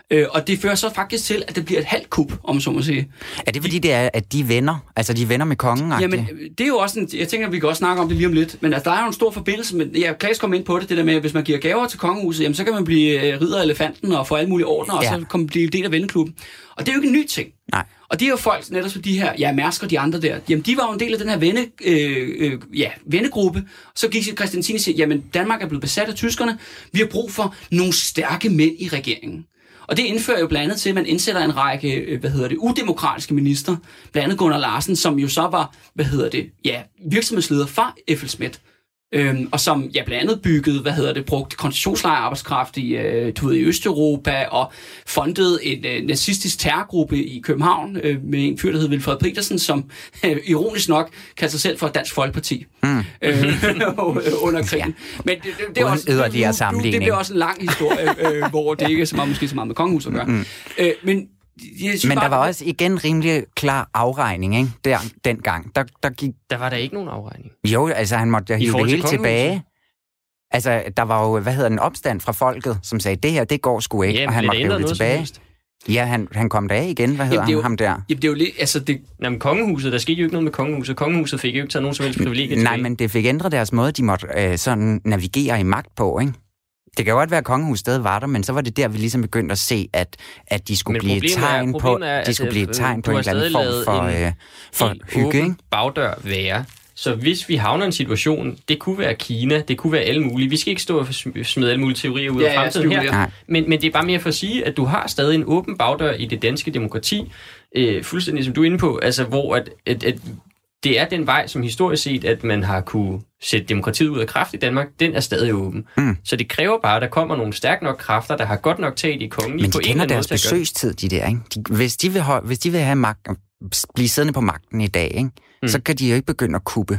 Øh, og det fører så faktisk til, at det bliver et halvt kup, om så må sige. Er det fordi, det er, at de er venner? Altså, de er venner med kongen? Jamen, det er jo også en, jeg tænker, vi kan også snakke om det lige om lidt, men altså, der er jo en stor forbindelse med, ja, Klaas kom ind på det, det der med, at hvis man giver gaver til kongehuset, jamen, så kan man blive uh, ridder af elefanten og få alle mulige ordner, ja. og så kan man blive del af venneklubben. Og det er jo ikke en ny ting. Nej. Og det er jo folk, netop for de her, ja, Mærsk og de andre der, jamen, de var jo en del af den her venne, øh, øh, ja, vennegruppe. Så gik Christian tiende og siger, jamen, Danmark er blevet besat af tyskerne, vi har brug for nogle stærke mænd i regeringen. Og det indfører jo blandt andet til, at man indsætter en række, hvad hedder det, udemokratiske minister, blandt andet Gunnar Larsen, som jo så var, hvad hedder det, ja, virksomhedsleder fra Effelsmeth. Øhm, og som ja, blandt andet byggede, hvad hedder det, brugte koncentrationslejrarbejdskraft i, øh, du ved, i Østeuropa, og fundede en øh, nazistisk terrorgruppe i København øh, med en fyr, der hed Wilfred Petersen, som øh, ironisk nok kaldte sig selv for Dansk Folkeparti mm. øh, under krigen. Ja. Men det, det, det, er også, det, nu, nu, det bliver også en lang historie, øh, hvor det ikke er så meget, måske så meget med kongehus at gøre. Mm. Øh, men Men der var også igen rimelig klar afregning, ikke? Der, dengang. Der, der, gik... der var der ikke nogen afregning. Jo, altså han måtte hive det hele tilbage. Altså, der var jo, hvad hedder den, opstand fra folket, som sagde, det her, det går sgu ikke, ja, og han måtte hive det tilbage. Ja, han, han kom der igen, hvad hedder jamen, jo, ham der? Jamen, det er jo lidt, altså det... Jamen, kongehuset, der skete jo ikke noget med kongehuset. Kongehuset fik jo ikke taget nogen som helst privilegier tilbage. Nej, men det fik ændret deres måde, de måtte øh, sådan navigere i magt på, ikke? Det kan jo godt være, at kongehuset stadig var der, men så var det der, vi ligesom begyndte at se, at, at de skulle men blive et tegn er, på, er, de skulle blive et tegn på en eller anden form for, en, øh, for en hygge, ikke? Bagdør være. Så hvis vi havner i en situation, det kunne være Kina, det kunne være alle mulige. Vi skal ikke stå og smide alle mulige teorier ud af ja, fremtiden ja, her. Men, men det er bare mere for at sige, at du har stadig en åben bagdør i det danske demokrati, øh, fuldstændig som du er inde på, altså hvor at, at, at det er den vej, som historisk set, at man har kunne sætte demokratiet ud af kraft i Danmark, den er stadig åben. Mm. Så det kræver bare, at der kommer nogle stærke nok kræfter, der har godt nok taget i kongen. Men de kender deres besøgstid, de der, ikke? De, hvis, de vil have, hvis de vil have magt, blive siddende på magten i dag, ikke? Mm. Så kan de jo ikke begynde at kuppe.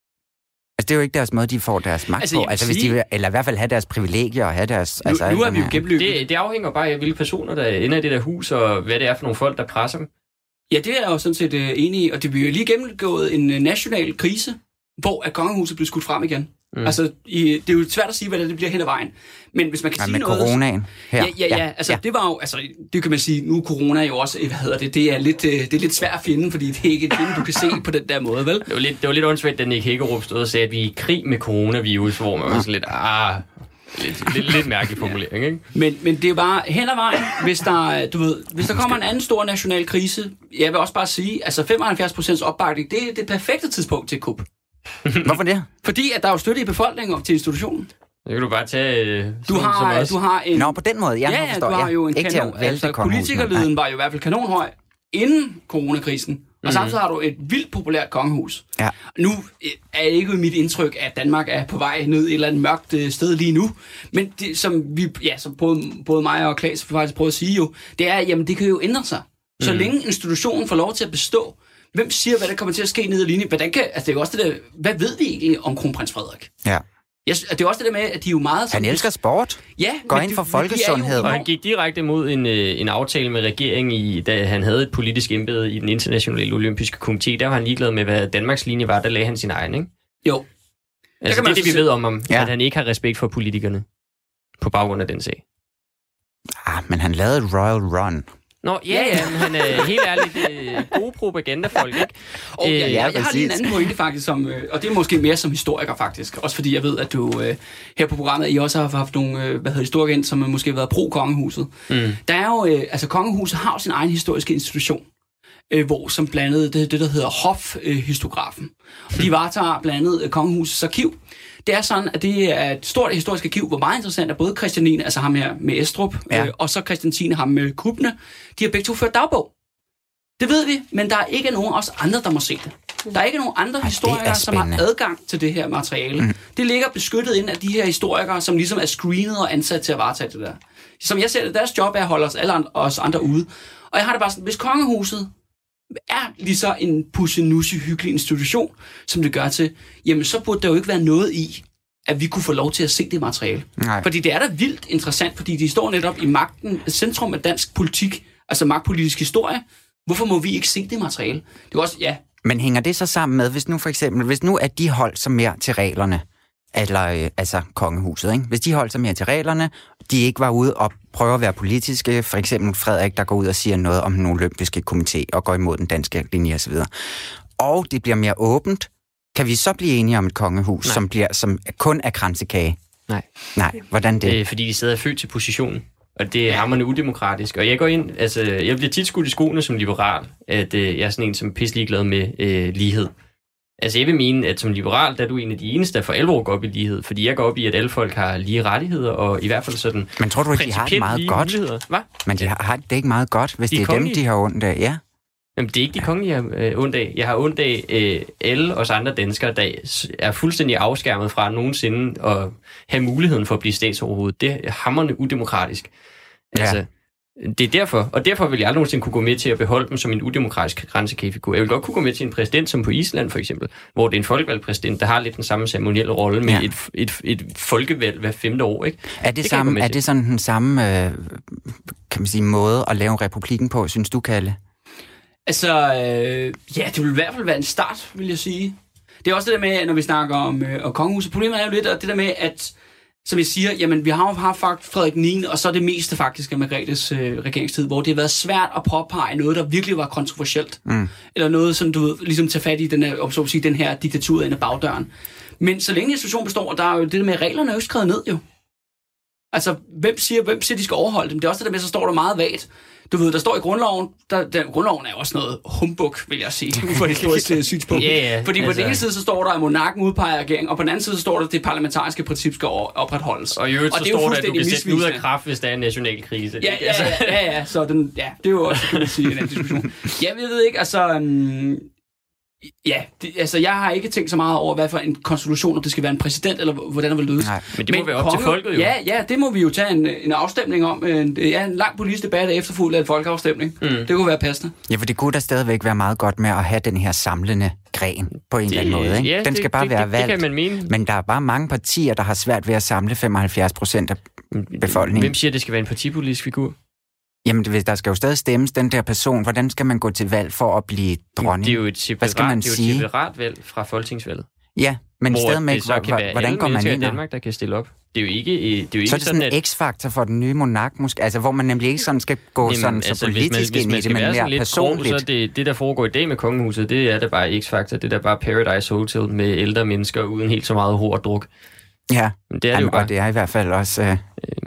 Altså, det er jo ikke deres måde, de får deres magt altså, på. Altså, hvis de vil, eller i hvert fald have deres privilegier og have deres... Nu, altså, nu er vi jo gennemløbet. Det, det afhænger bare af, hvilke personer, der ender i det der hus, og hvad det er for nogle folk, der presser dem. Ja, det er jeg jo sådan set uh, enig i, og det bliver jo lige gennemgået en uh, national krise, hvor at kongehuset bliver skudt frem igen. Mm. Altså, i, det er jo svært at sige, hvad det bliver hen ad vejen. Men hvis man kan ja, sige med noget... med coronaen her. Ja, ja, ja, altså, ja. det var jo... Altså, det kan man sige, nu er corona jo også... Hvad hedder det? Det er lidt, uh, det er lidt svært at finde, fordi det er ikke et finde, du kan se på den der måde, vel? Det var lidt, det var lidt åndssvagt, da Nick Hækkerup stod og sagde, at vi er i krig med coronavirus, hvor man var sådan lidt... Ah, Lidt, lidt, lidt mærkelig formulering, ikke? Men, men det er bare hen ad vejen, hvis der, du ved, hvis der kommer en anden stor national krise. Jeg vil også bare sige, altså femoghalvfjerds procent opbakning, det er det perfekte tidspunkt til kup. Hvorfor det? Fordi at der er jo støtte i befolkningen til institutionen. Det kan du bare tage... Uh, du, har, du har en... Nå, på den måde, jeg ja, forstår. du har jo en ikke kanon... Altså, politikerleden var jo i hvert fald kanonhøj inden coronakrisen. Og mm-hmm. samtidig har du et vildt populært kongehus. Ja. Nu er ikke mit indtryk, at Danmark er på vej ned et eller andet mørkt sted lige nu. Men det, som vi, ja, som både, både mig og Klaas faktisk prøver at sige jo, det er, jamen det kan jo ændre sig. Så mm. længe institutionen får lov til at bestå, hvem siger, hvad der kommer til at ske ned ad linjen? Hvordan kan, altså det er også det der, hvad ved vi egentlig om kronprins Frederik? Ja. Jeg, det er også det der med, at de er jo meget... Han elsker sport. Ja. Går ind for folkesundhed. Og han gik direkte mod en, en aftale med regeringen, i, da han havde et politisk embede i den internationale olympiske komité. Der var han ligeglad med, hvad Danmarks linje var. Der lagde han sin egen, ikke? Jo. Altså, det er det, vi ved om ham. Ja. At han ikke har respekt for politikerne. På baggrund af den sag. Ah, men han lavede et royal run. Nå, ja, ja, men han er helt ærligt øh, gode propagandafolk, ikke? Og, ja, ja, jeg, jeg har lige en anden pointe faktisk, som, øh, og det er måske mere som historiker faktisk, også fordi jeg ved, at du øh, her på programmet, I også har haft nogle øh, hvad hedder, historikere ind, som måske har været pro-kongehuset. Mm. Der er jo, øh, altså kongehuset har jo sin egen historiske institution, øh, hvor som blandt andet det, det der hedder Hof-histografen. Og de varetager blandt andet øh, kongehusets arkiv. Det er sådan, at det er et stort historisk arkiv, hvor meget interessant er både Christianine, altså ham her med Estrup, ja. øh, og så Christian tiende, ham med Kubne. De har begge to ført dagbog. Det ved vi, men der er ikke nogen os andre, der må se det. Der er ikke nogen andre Ej, historikere, som har adgang til det her materiale. Mm. Det ligger beskyttet ind af de her historikere, som ligesom er screenet og ansat til at varetage det der. Som jeg ser det, deres job er at holde os alle andre, os andre ude. Og jeg har det bare sådan, hvis kongehuset er lige så en pussenusse hyggelig institution, som det gør til, jamen så burde der jo ikke være noget i, at vi kunne få lov til at se det materiale. Nej. Fordi det er da vildt interessant, fordi de står netop i magten, centrum af dansk politik, altså magtpolitisk historie. Hvorfor må vi ikke se det materiale? Det er også, ja. Men hænger det så sammen med, hvis nu for eksempel, hvis nu er de holdt sig mere til reglerne, eller øh, altså kongehuset, ikke? Hvis de holdt sig mere til reglerne, de ikke var ude og prøve at være politiske, for eksempel Frederik, der går ud og siger noget om den olympiske komité og går imod den danske linje osv., og det bliver mere åbent, kan vi så blive enige om et kongehus, som, bliver, som kun er kransekage? Nej. Nej, hvordan det? Øh, fordi de sidder født til positionen. Og det er hamrende udemokratisk. Og jeg går ind, altså, jeg bliver tit skudt i skoene som liberal, at øh, jeg er sådan en, som er pisselig glad med øh, lighed. Altså, jeg vil mene, at som liberal, der er du en af de eneste, der for alvor går op i lighed. Fordi jeg går op i, at alle folk har lige rettigheder, og i hvert fald sådan... Men tror du ikke, de har det meget godt? Hvad? Men de har, har det ikke meget godt, hvis de det er kongelige. dem, de har ondt af? Ja. Jamen, det er ikke de kongelige, jeg har øh, ondt af. Jeg har ondt af øh, alle os andre danskere, der er fuldstændig afskærmet fra nogensinde at have muligheden for at blive statsoverhoved. Det er hamrende udemokratisk. Ja. Altså, det er derfor, og derfor vil jeg aldrig nogensinde kunne gå med til at beholde dem som en udemokratisk grænsekagefigur. Jeg vil godt kunne gå med til en præsident, som på Island for eksempel, hvor det er en folkevalgt præsident, der har lidt den samme ceremonielle rolle med ja. et, et, et folkevalg hver femte år, ikke? Er det, det, samme, er det sådan den samme øh, kan man sige, måde at lave republikken på, synes du, Kalle? Altså, øh, ja, det vil i hvert fald være en start, vil jeg sige. Det er også det der med, når vi snakker om, øh, om kongehuset. Problemet er jo lidt at det der med, at som jeg siger, jamen, vi har jo haft Frederik niende, og så er det meste faktisk af Margrethes øh, regeringstid, hvor det har været svært at påpege noget, der virkelig var kontroversielt. Mm. Eller noget, som du ved, ligesom tage fat i den her, om så at sige, den her diktatur ind ad bagdøren. Men så længe institutionen består, der er jo det der med, at reglerne er jo skrevet ned jo. Altså, hvem siger, hvem siger, de skal overholde dem? Det er også det der med, så står der meget vagt. Du ved, der står i grundloven, der, der, grundloven er også noget humbug, vil jeg sige, for det historiske synspunkt. Yeah, yeah. Fordi på altså... den ene side, så står der, at monarken udpeger regeringen, og på den anden side, så står der, at det parlamentariske princip skal opretholdes. Og i øvrigt, så står der, at du kan sætte ud af kraft, hvis der er en national krise. Ja, ja, ja, ja, ja, så den, ja, det er jo også, kan man sige, en anden diskussion. Jeg ved ikke, altså... Um, Ja, det, altså jeg har ikke tænkt så meget over, hvad for en konstitution, om det skal være en præsident, eller hvordan det vil lydes. Nej, men det må men være op konge, til folket jo. Ja, ja, det må vi jo tage en, en afstemning om. En, ja, en lang politisk debat efterfulgt af en folkeafstemning. Mm. Det kunne være passende. Ja, for det kunne da stadigvæk være meget godt med at have den her samlende gren på en det, eller anden måde. Ikke? Ja, den skal det, bare det, være det, valgt. Det kan man mene. Men der er bare mange partier, der har svært ved at samle femoghalvfjerds procent af befolkningen. Hvem siger, at det skal være en partipolitisk figur? Jamen, der skal jo stadig stemmes den der person. Hvordan skal man gå til valg for at blive dronning? Det er jo et separat valg fra folketingsvalget. Ja, men stadig med, hvordan går man ind? Danmark, der kan stille op. Det er jo ikke, det er jo ikke så er det sådan en at... x-faktor for den nye monark, måske, altså hvor man nemlig ikke sådan skal gå Jamen, sådan altså, så politisk ind i det, men mere personligt. Grov, så det, det, der foregår i dag med kongehuset, det er det bare x-faktor. Det er bare Paradise Hotel med ældre mennesker uden helt så meget hår og druk. Ja, men det er det jo bare. Og det er i hvert fald også... Øh,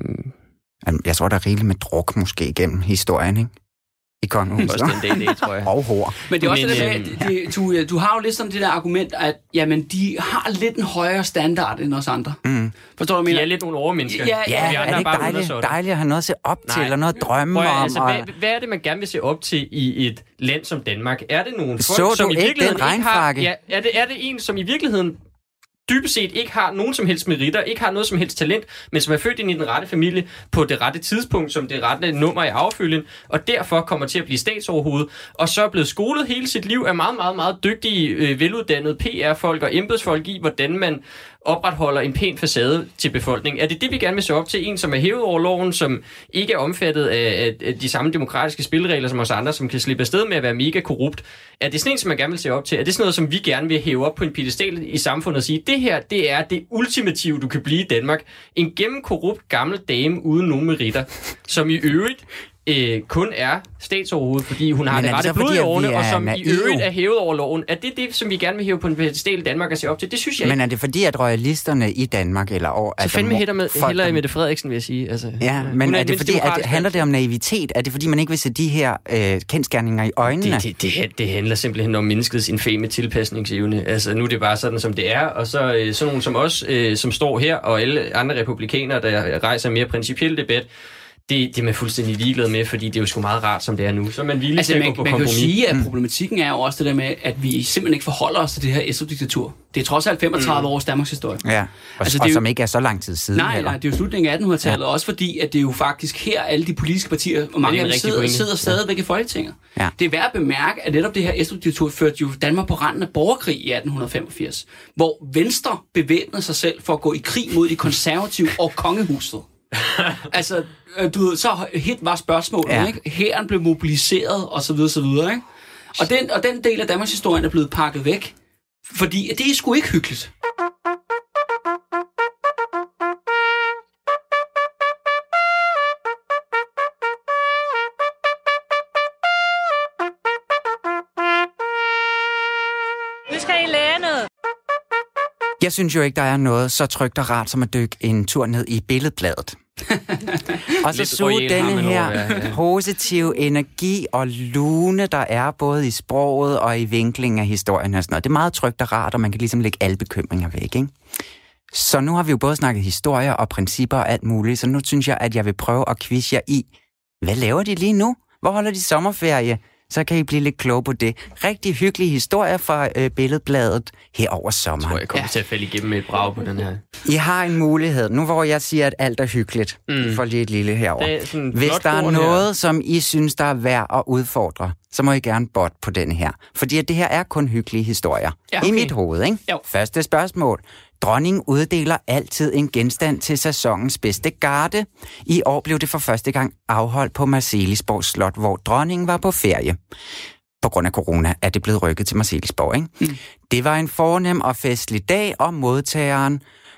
Jeg tror, der er rigeligt med druk måske igennem historien, ikke? I kongehuset. Også den dag, det, tror jeg. Og hår. Men det er også men, det med, det, du, du har jo lidt sådan det der argument, at jamen, de har lidt en højere standard end os andre. Mm. Forstår du, mener? De er lidt nogle overmennesker. Ja, ja, ja er det ikke dejligt, dejligt at have noget at se op til, Nej. eller noget at drømme Prøv, om? Altså, og... hvad, hvad er det, man gerne vil se op til i et land som Danmark? Er det nogle Så folk, som i virkeligheden ikke har... Ja, er, det, er det en, som i virkeligheden dybest set ikke har nogen som helst meritter, ikke har noget som helst talent, men som er født ind i den rette familie på det rette tidspunkt, som det rette nummer i affølgen, og derfor kommer til at blive statsoverhoved, og så er blevet skolet hele sit liv af meget, meget, meget dygtige, øh, veluddannede P R-folk og embedsfolk i, hvordan man opretholder en pæn facade til befolkningen. Er det det, vi gerne vil se op til? En, som er hævet over loven, som ikke er omfattet af, af de samme demokratiske spilleregler som os andre, som kan slippe afsted med at være mega korrupt. Er det sådan en, som man gerne vil se op til? Er det sådan noget, som vi gerne vil hæve op på en piedestal i samfundet og sige, det her, det er det ultimative, du kan blive i Danmark. En gennemkorrupt gammel dame uden nogen meritter, som i øvrigt Øh, kun er statsoverhoved, fordi hun har Men det rette blod i årene, og som naive? i øvrigt er hævet over loven. Er det det, som vi gerne vil hæve på en pedestal i Danmark og se op til? Det synes jeg Men ikke. er det fordi, at royalisterne i Danmark eller over... Så fandme heller med, heller Mette Frederiksen, vil jeg sige. Altså, ja, men er, er det fordi, at, handler det om naivitet? Er det fordi, man ikke vil se de her øh, kendsgerninger i øjnene? Det, det, det, det handler simpelthen om menneskets infame tilpasningsevne. Altså, nu er det bare sådan, som det er, og så øh, sådan nogen som os, øh, som står her, og alle andre republikanere, der rejser mere principiel debat, Det, det er man fuldstændig ligeglad med, fordi det er jo sgu meget rart, som det er nu. Så man villig altså, til at gå på man kompromis. Man kan jo sige, at problematikken er jo også det der med, at vi simpelthen ikke forholder os til det her S F-diktatur. Det er trods alt femogtredive mm. års Danmarks historie. Ja, og, altså, og jo, som ikke er så lang tid siden. Nej, nej, det er jo slutningen af attenhundredetallet, ja. Også fordi, at det er jo faktisk her, alle de politiske partier, og mange af dem sidder, sidder stadigvæk ja. i Folketinget. Ja. Det er værd at bemærke, at netop det her S F-diktatur førte jo Danmark på randen af borgerkrig i atten femogfirs, hvor Venstre bevæbnede sig selv for at gå i krig mod de konservative og kongehuset. Altså, du ved, så hit var spørgsmålet, ja. ikke? Hæren blev mobiliseret, og så videre, så videre, ikke? Og den, og den del af Danmarks historie er blevet pakket væk, fordi det er sgu ikke hyggeligt. skal I lære noget. Jeg synes jo ikke, der er noget så trygt og rart som at dykke en tur ned i Billedbladet. Og så suge denne her ja. positive energi og lune, der er både i sproget og i vinklingen af historien og sådan noget. Det er meget trygt og rart, og man kan ligesom lægge alle bekymringer væk, ikke? Så nu har vi jo både snakket historier og principper og alt muligt, så nu synes jeg, at jeg vil prøve at quizze jer i, hvad laver de lige nu? Hvor holder de sommerferie? Så kan I blive lidt kloge på det. Rigtig hyggelige historier fra øh, Billedbladet her over sommeren. Jeg tror, jeg kommer ja. til at falde igennem med et brag på den her. I har en mulighed. Nu hvor jeg siger, at alt er hyggeligt, mm. får lige et lille herover. Hvis der er noget, her. som I synes, der er værd at udfordre, så må I gerne bot på denne her. Fordi det her er kun hyggelige historier. Ja, okay. I mit hoved, ikke? Jo. Første spørgsmål. Dronningen uddeler altid en genstand til sæsonens bedste garde. I år blev det for første gang afholdt på Marselisborg Slot, hvor dronningen var på ferie. På grund af corona er det blevet rykket til Marselisborg, ikke? Mm. Det var en fornem og festlig dag, og modtageren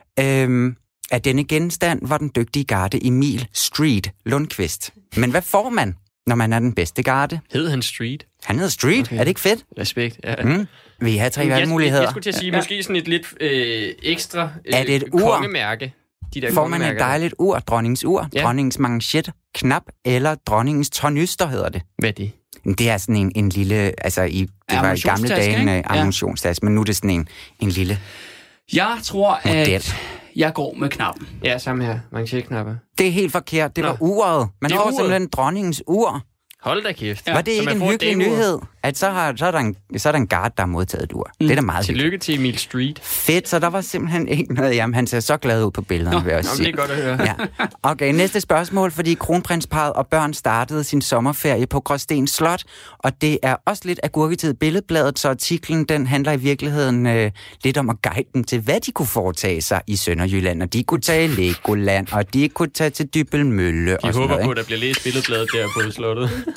øhm, af denne genstand var den dygtige garde Emil Street Lundqvist. Men hvad får man, når man er den bedste garde? Hed han Street? Han hedder Street. Okay. Er det ikke fedt? Respekt, ja. Mm. Vi har tre valgmuligheder. Jeg, jeg skulle til at sige, ja. måske sådan et lidt øh, ekstra øh, er det et ur? kongemærke. De der får man et dejligt ur, dronningens ur, ja. dronningens manchet, knap, eller dronningens tornyster hedder det. Hvad er det? Det er sådan en, en lille, altså i, det var i gamle dage en ammunitionstaske, ja. men nu er det sådan en, en lille Jeg tror, model. at jeg går med knappen. Ja, samme her. Manchetknapper. Det er helt forkert. Det Nå. var uret. Man får simpelthen dronningens ur. Hold da kæft. Ja. Var det ikke en hyggelig nyhed, at så, har, så, er der en, så er der en guard, der har modtaget et ur? Mm. Det er da meget Tillykke hyggeligt. til Emil Street. Fedt, så der var simpelthen ikke noget. Jamen, han ser så glad ud på billederne, vil jeg også sige. Det er godt at høre. Ja. Okay, næste spørgsmål, fordi kronprinsparret og børn startede sin sommerferie på Gråsten Slot, og det er også lidt agurketid Billedbladet, så artiklen den handler i virkeligheden øh, lidt om at guide dem til, hvad de kunne foretage sig i Sønderjylland, og de kunne tage Legoland, og de kunne tage til Dybbøl Mølle. De og håber noget, på, at der bliver læst Billedbladet der på slottet.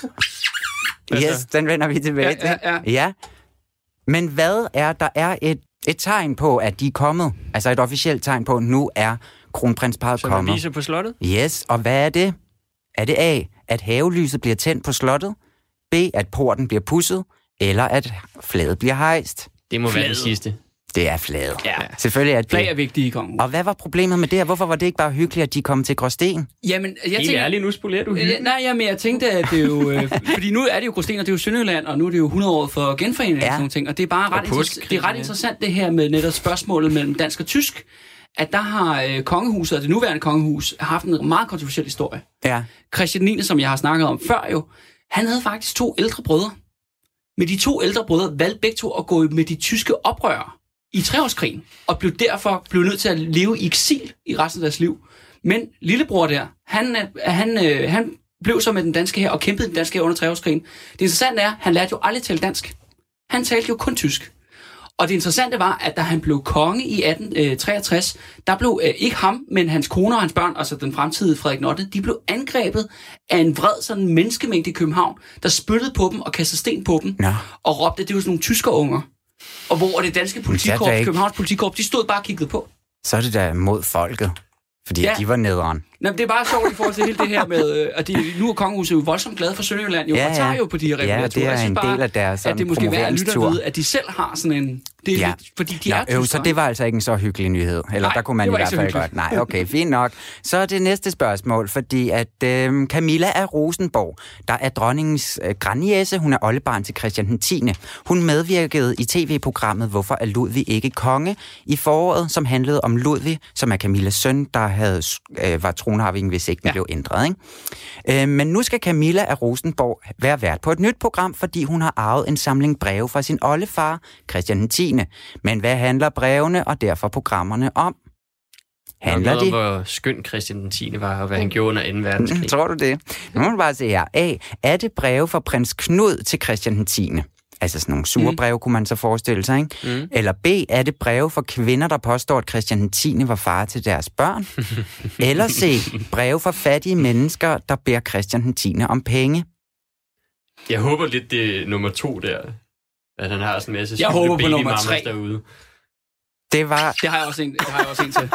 Yes, den vender vi tilbage til. Ja, ja, ja. ja. Men hvad er, der er et, et tegn på, at de er kommet, altså et officielt tegn på, at nu er kronprinsparret kommet. Så man viser på slottet? Yes, og hvad er det? Er det A, at havelyset bliver tændt på slottet? B, at porten bliver pudset? Eller at flaget bliver hejst? Det må Flade. være det sidste. Det er flaget. Ja. Selvfølgelig er det. Flag er vigtigt i kongen. Og hvad var problemet med det her? Hvorfor var det ikke bare hyggeligt, at de kom til Gråsten? Jamen, jeg Helt tænker... ærligt, nu spolerer du hyggeligt. Øh, nej, jamen, jeg tænkte, at det er jo... Øh, fordi nu er det jo Gråsten, og det er jo Sønderjylland, og nu er det jo hundrede år for genforeningen ja. og sådan nogle ting. Og det er bare ret, inter- det er ret interessant, det her med netop spørgsmålet mellem dansk og tysk. At der har øh, kongehuset, og det nuværende kongehus, haft en meget kontroversiel historie. Ja. Christian niende, som jeg har snakket om før jo, han havde faktisk to ældre brødre. Men de to ældre brødre valgte begge to at gå med de tyske oprørere i treårskrigen, og blev derfor blev nødt til at leve i eksil i resten af deres liv. Men lillebror der, han, han, øh, han blev så med den danske her og kæmpede den danske her under treårskrigen. Det interessante er, han lærte jo aldrig tale dansk. Han talte jo kun tysk. Og det interessante var, at da han blev konge i atten treogtres, der blev øh, ikke ham, men hans kone og hans børn, altså den fremtidige Frederik den ottende, de blev angrebet af en vred sådan menneskemængde i København, der spyttede på dem og kastede sten på dem, ja. og råbte, at det var sådan nogle tyskerunger. Og hvor det danske politikorps, Københavns politikorps, de stod bare og kiggede på. Så er det da mod folket, fordi ja. de var nederen. Nå, det er bare sjovt i forhold til hele det her med, at de, nu er kongehuset jo voldsomt glade for Sønderjylland, jo, ja, ja. og tager jo på de her regulaturer. Ja, det er en bare, del af deres at det måske være lytter ved, at de selv har sådan en... Det er ja. lidt, fordi de Nå, er øv, så det var altså ikke en så hyggelig nyhed. Eller nej, der kunne man i hvert fald godt. Nej, okay, fint nok. Så er det næste spørgsmål, fordi at øh, Camilla af Rosenborg, der er dronningens øh, grandniece, hun er oldebarn til Christian den tiende. Hun medvirkede i tv-programmet Hvorfor er Ludvig ikke konge? I foråret, som handlede om Ludvig, som er Camillas søn, der havde, øh, var tronarvingen, hvis ikke den ja. blev ændret. Ikke? Øh, men nu skal Camilla af Rosenborg være vært på et nyt program, fordi hun har arvet en samling breve fra sin oldefar, Christian den tiende. Men hvad handler brevene og derfor programmerne om? Handler de? Hvor skøn Christian den tiende var, og hvad han gjorde under anden verdenskrig. Mm, tror du det? Nu må du bare se her. A. Er det breve fra prins Knud til Christian den tiende? Altså sådan nogle sure mm. breve, kunne man så forestille sig, ikke? Mm. Eller B. Er det breve for kvinder, der påstår, at Christian den tiende var far til deres børn? Eller C. Breve for fattige mennesker, der beder Christian den tiende om penge? Jeg håber lidt, det er nummer to der. At han har sådan en masse jeg håber på nummer tre derude. Det var... Det har jeg også en, det har jeg også en til.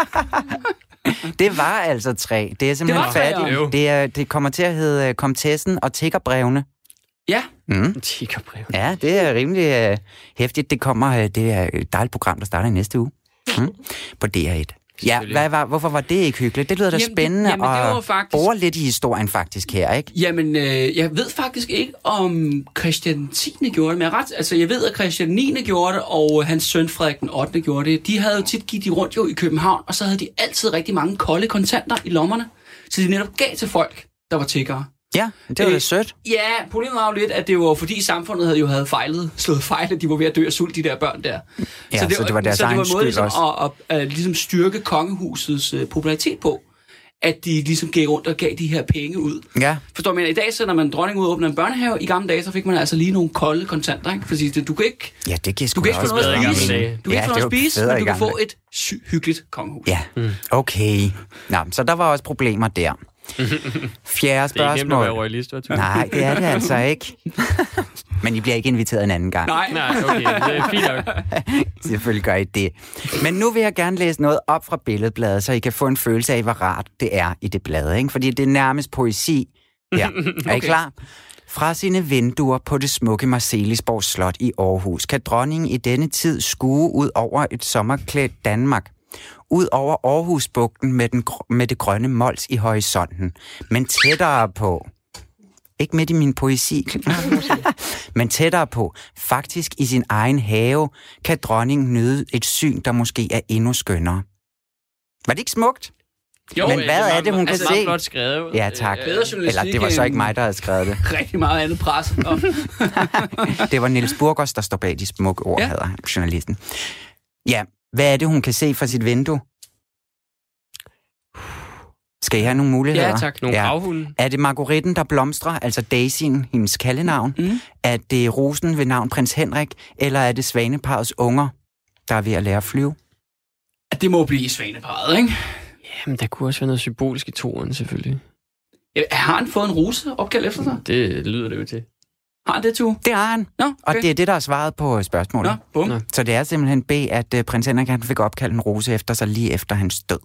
Det var altså tre. Det er simpelthen fattigt. Det, er, det kommer til at hedde Komtessen og Tiggerbrevene. Ja. Mm. Tiggerbrev. Ja, det er rimelig uh, hæftigt. Det kommer, uh, det er et dejligt program, der starter i næste uge. Mm. På D R et. Ja, hvad var, hvorfor var det ikke hyggeligt? Det lyder da jamen, spændende jamen, det var og faktisk... bore lidt i historien faktisk her, ikke? Jamen, øh, jeg ved faktisk ikke, om Christian tiende gjorde det, men jeg, ret, altså, jeg ved, at Christian niende gjorde det, og hans søn Frederik den ottende gjorde det. De havde jo tit givet de rundt jo i København, og så havde de altid rigtig mange kolde kontanter i lommerne, så de netop gav til folk, der var tiggere. Ja, det var øh, da sødt. Ja, problemet var jo lidt, at det var fordi samfundet havde jo havde fejlet, slået fejl, at de var ved at dø af sult, de der børn der. Ja, så det, så det var deres så det egen var en måde skyld ligesom, også. at, at, at ligesom styrke kongehusets uh, popularitet på, at de ligesom gik rundt og gav de her penge ud. Ja. Forstår man, i dag sender man dronning ud og åbner en børnehave. I gamle dage, så fik man altså lige nogle kolde kontanter, ikke? Fordi det, du kan ikke... Ja, det giver sgu du kan ikke også få noget bedre at spise, i gamle dage. du kan Ja, ikke få noget at det var spise, bedre men i du kan gamle få et sy- hyggeligt kongehus. Ja, okay. Nå, så der var også problemer der. Fjerde spørgsmål. Det er ikke nemt at være royalist, hvad tror du? Nej, det er det altså ikke. Men I bliver ikke inviteret en anden gang. Nej. Nej, okay, det er fint nok. Selvfølgelig gør I det. Men nu vil jeg gerne læse noget op fra Billedbladet, så I kan få en følelse af, hvor rart det er i det blad, ikke? Fordi det er nærmest poesi. Ja, er I Okay. klar? Fra sine vinduer på det smukke Marselisborg Slot i Aarhus, kan dronningen i denne tid skue ud over et sommerklædt Danmark. Ud over Aarhusbugten med, den, med det grønne mols i horisonten. Men tættere på... Ikke midt i min poesi, men tættere på, faktisk i sin egen have, kan dronningen nyde et syn, der måske er endnu skønnere. Var det ikke smukt? Jo, Men øh, hvad det er det, hun kan altså, se? meget flot skrevet. Ja, tak. Øh, Bedre journalistik Eller det var så ikke end mig, der havde skrevet det. rigtig meget andet pres. Og Det var Niels Burgos, der står bag de smukke ord, Ja. ja. hedder journalisten. Ja, hvad er det, hun kan se fra sit vindue? Skal I have nogle muligheder? Ja, tak. Nogle gravhunde. Er det Margaritten, der blomstrer, altså Daisyen, hendes kaldenavn? Mm. Er det rosen ved navn prins Henrik? Eller er det svaneparets unger, der er ved at lære at flyve? det må blive svaneparret, ikke? Jamen, der kunne også være noget symbolisk i toren, selvfølgelig. Ja, har han fået en rose opkaldt efter sig? Det lyder det jo til. Har han det, Tue? Det har han. Nå, okay. Og det er det, der er svaret på spørgsmålet. Nå, bum. Nå. Så det er simpelthen B, at uh, prins Henrik han fik opkaldt en rose efter sig lige efter hans død.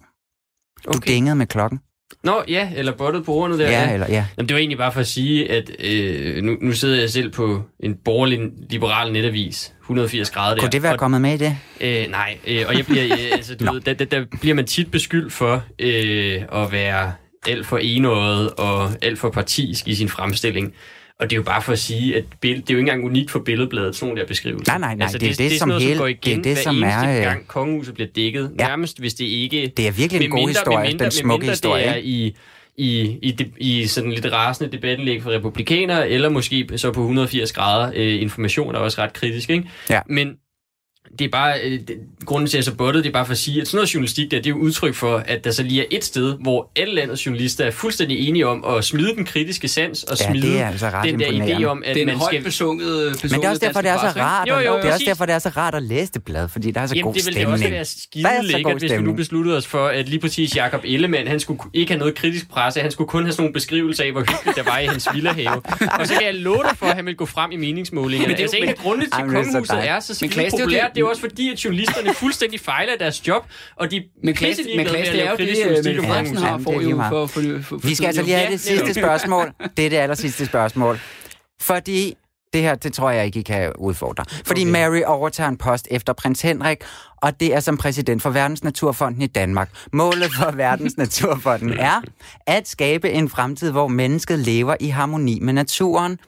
Du Okay. dingede med klokken. Nå, ja, eller bottet på hornet der. Ja, eller ja. Jamen, det var egentlig bare for at sige, at øh, nu, nu sidder jeg selv på en borgerlig liberal netavis, et hundrede og firs grader der. Kunne det være og, kommet med i det? Øh, nej, øh, og jeg bliver, øh, altså, du ved, der, der, der bliver man tit beskyldt for øh, at være alt for enøjet og alt for partisk i sin fremstilling. Og det er jo bare for at sige, at bill- det er jo ikke engang unikt for Billedbladet, sådan nogle der beskrivelser. Nej, nej, nej, altså, det er det, det er som sådan noget, hele- som går igen det er det, hver som eneste er, øh, gang kongehuset bliver dækket. Ja. Nærmest, hvis det ikke... Det er virkelig en god Medmindre- historie, medmindre- den smukke medmindre historie, det er ikke? i, i, i, de, i sådan lidt rasende debatindlæg for republikanere, eller måske så på et hundrede og firs grader øh, information, der er også ret kritisk, ikke? Ja. Men det er bare, øh, det, grunden til at jeg så bottet, det er bare for at sige, at sådan noget journalistik der, det er jo udtryk for, at der så lige er et sted, hvor alle landets journalister er fuldstændig enige om at smide den kritiske sans og Ja, smide det er altså ret den der imponerende. idé om, at Det er en man højt skal... besunget, besunget Men det er også derfor, det er så dansk presse, rart. Jo, jo, det er også præcis. derfor, det er så rart at læse det blad, fordi der er så Jamen, god det ville stemning. det også være Der er skide så god lækkert, hvis vi nu stemning. besluttede os for, at lige præcis Jakob Ellemann, han skulle ikke have noget kritisk presse, han skulle kun have sådan nogle beskrivelser af, hvor hyggeligt der var i hans villahave. Og så kan jeg love dig for, at han ville gå frem i meningsmålingerne. Men det er jo- Altså, en af grundene til, Ej, at men det er så kongehuset dejligt. er så Men skide Klaas, det er jo populært, det- det er jo også fordi, at journalisterne fuldstændig fejler deres job, og de Men Klaas, pisse men ligeglade Klaas, med at det er lave jo det, kritisk øh, journalistik Mette om Frederiksen kongehuset. har det for, er lige jo, meget. for, for, for, for Vi skal altså lige have Ja, det sidste netop. spørgsmål. Det er det aller sidste spørgsmål. Fordi det her, det tror jeg ikke, I kan udfordre. Fordi Okay. Mary overtager en post efter prins Henrik, og det er som præsident for Verdens Naturfonden i Danmark. Målet for Verdens Naturfonden er at skabe en fremtid, hvor mennesket lever i harmoni med naturen.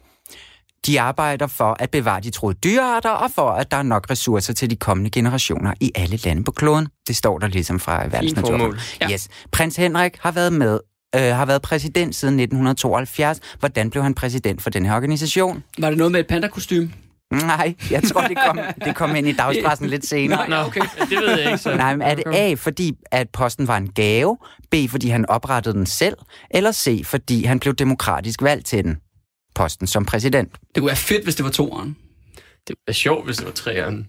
De arbejder for at bevare de troede dyrearter, og for at der er nok ressourcer til de kommende generationer i alle lande på kloden. Det står der ligesom fra Verdens Fint formål. Naturfond. Ja. Yes. Prins Henrik har været med, øh, har været præsident siden nitten tooghalvfjerds. Hvordan blev han præsident for den her organisation? Var det noget med et pandakostyme? Nej, jeg tror, det kom, det kom ind i dagspressen lidt senere. Nå, okay. Det ved jeg ikke så. Nej, men er det A, fordi at posten var en gave, B, fordi han oprettede den selv, eller C, fordi han blev demokratisk valgt til den, posten som præsident? Det kunne være fedt, hvis det var toeren. Det er sjovt, hvis det var træerne.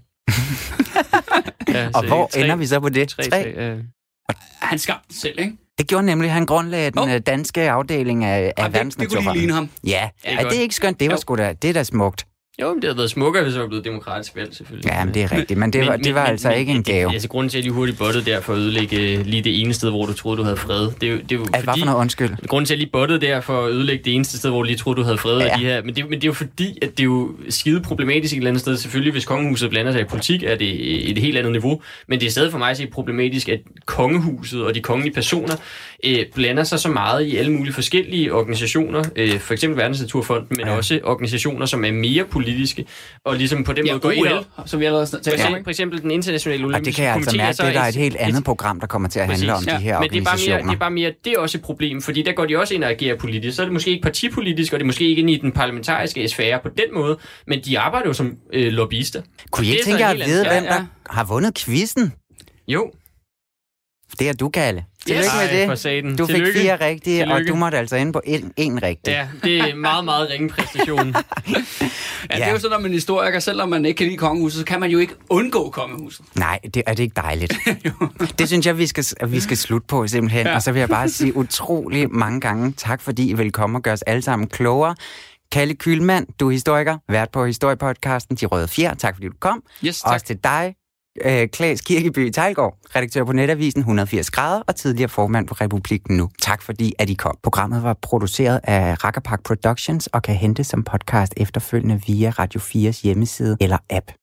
Ja, Og hvor ender vi så på det? Tre, Tre. tre, ja. Han skabte det selv, ikke? Det gjorde nemlig, han grundlagde den Oh. oh. danske afdeling af, af Og Verdens det, det kunne lige Naturfonden. ligne ham. Ja, Ikke er det godt? ikke skønt? Det var Jo. sgu da, det er da smukt. Jo, men det havde været smukkere, hvis det var blevet demokratisk valg, selvfølgelig. Ja, men det er rigtigt, men det var, men, det var men, altså men, ikke en gave. Det, altså, grunden til, at jeg lige hurtigt bottede der for at ødelægge lige det ene sted, hvor du troede, du havde fred. Det er jo, det er jo fordi, hvad for noget undskyld? Grunden til, at jeg lige bottede der for at ødelægge det eneste sted, hvor du lige troede, du havde fred. Ja. De her, men, det, men det er jo fordi, at det er jo skide problematisk et eller andet sted. Selvfølgelig, hvis kongehuset blander sig i politik, er det et helt andet niveau. Men det er stadig for mig at se problematisk, at kongehuset og de kongelige personer øh, blander sig så meget i alle mulige forskellige organisationer. Øh, for eksempel Verdensnaturfonden, men ja. også organisationer, som er mere politiske. Og ligesom på den ja, måde går ind og, som vi allerede talte ja. om. For eksempel den internationale olympiske komité. Og det kan jeg altså mærke, det er der et helt andet program, der kommer til at handle om ja. de her men organisationer. Det er, bare mere, det er bare mere, det er også et problem, fordi der går de også ind og agerer politisk. Så er det måske ikke partipolitisk, og det er måske ikke ind i den parlamentariske sfære på den måde, men de arbejder jo som øh, lobbyister. Kunne I ikke tænke jer at vide, hvem der ja. har vundet quizzen? Jo. Det er du, Kalle. Tillykke yes. med det. Saten. Du Tillykke. fik fire rigtige, Tillykke. og du måtte altså ind på en, en rigtig. Ja, det er meget, meget ringe præstation. ja, ja, det er jo sådan, at man historiker, selvom man ikke kan lide kongehuset, så kan man jo ikke undgå kongehuset. Nej, det, er det ikke dejligt? Det synes jeg, vi skal, vi skal slutte på simpelthen. Ja. Og så vil jeg bare sige utrolig mange gange tak, fordi I vil komme og gøre os alle sammen klogere. Kalle Kühlmann, du er historiker, vært på historiepodcasten De Røde Fjer. Tak fordi du kom. Yes, tak. Også til dig, øh, Claes Kirkeby Teglgaard, redaktør på Netavisen hundrede og firs grader og tidligere formand på Republikken Nu. Tak fordi, at I kom. Programmet var produceret af Rakkerpark Productions og kan hentes som podcast efterfølgende via Radio fires hjemmeside eller app.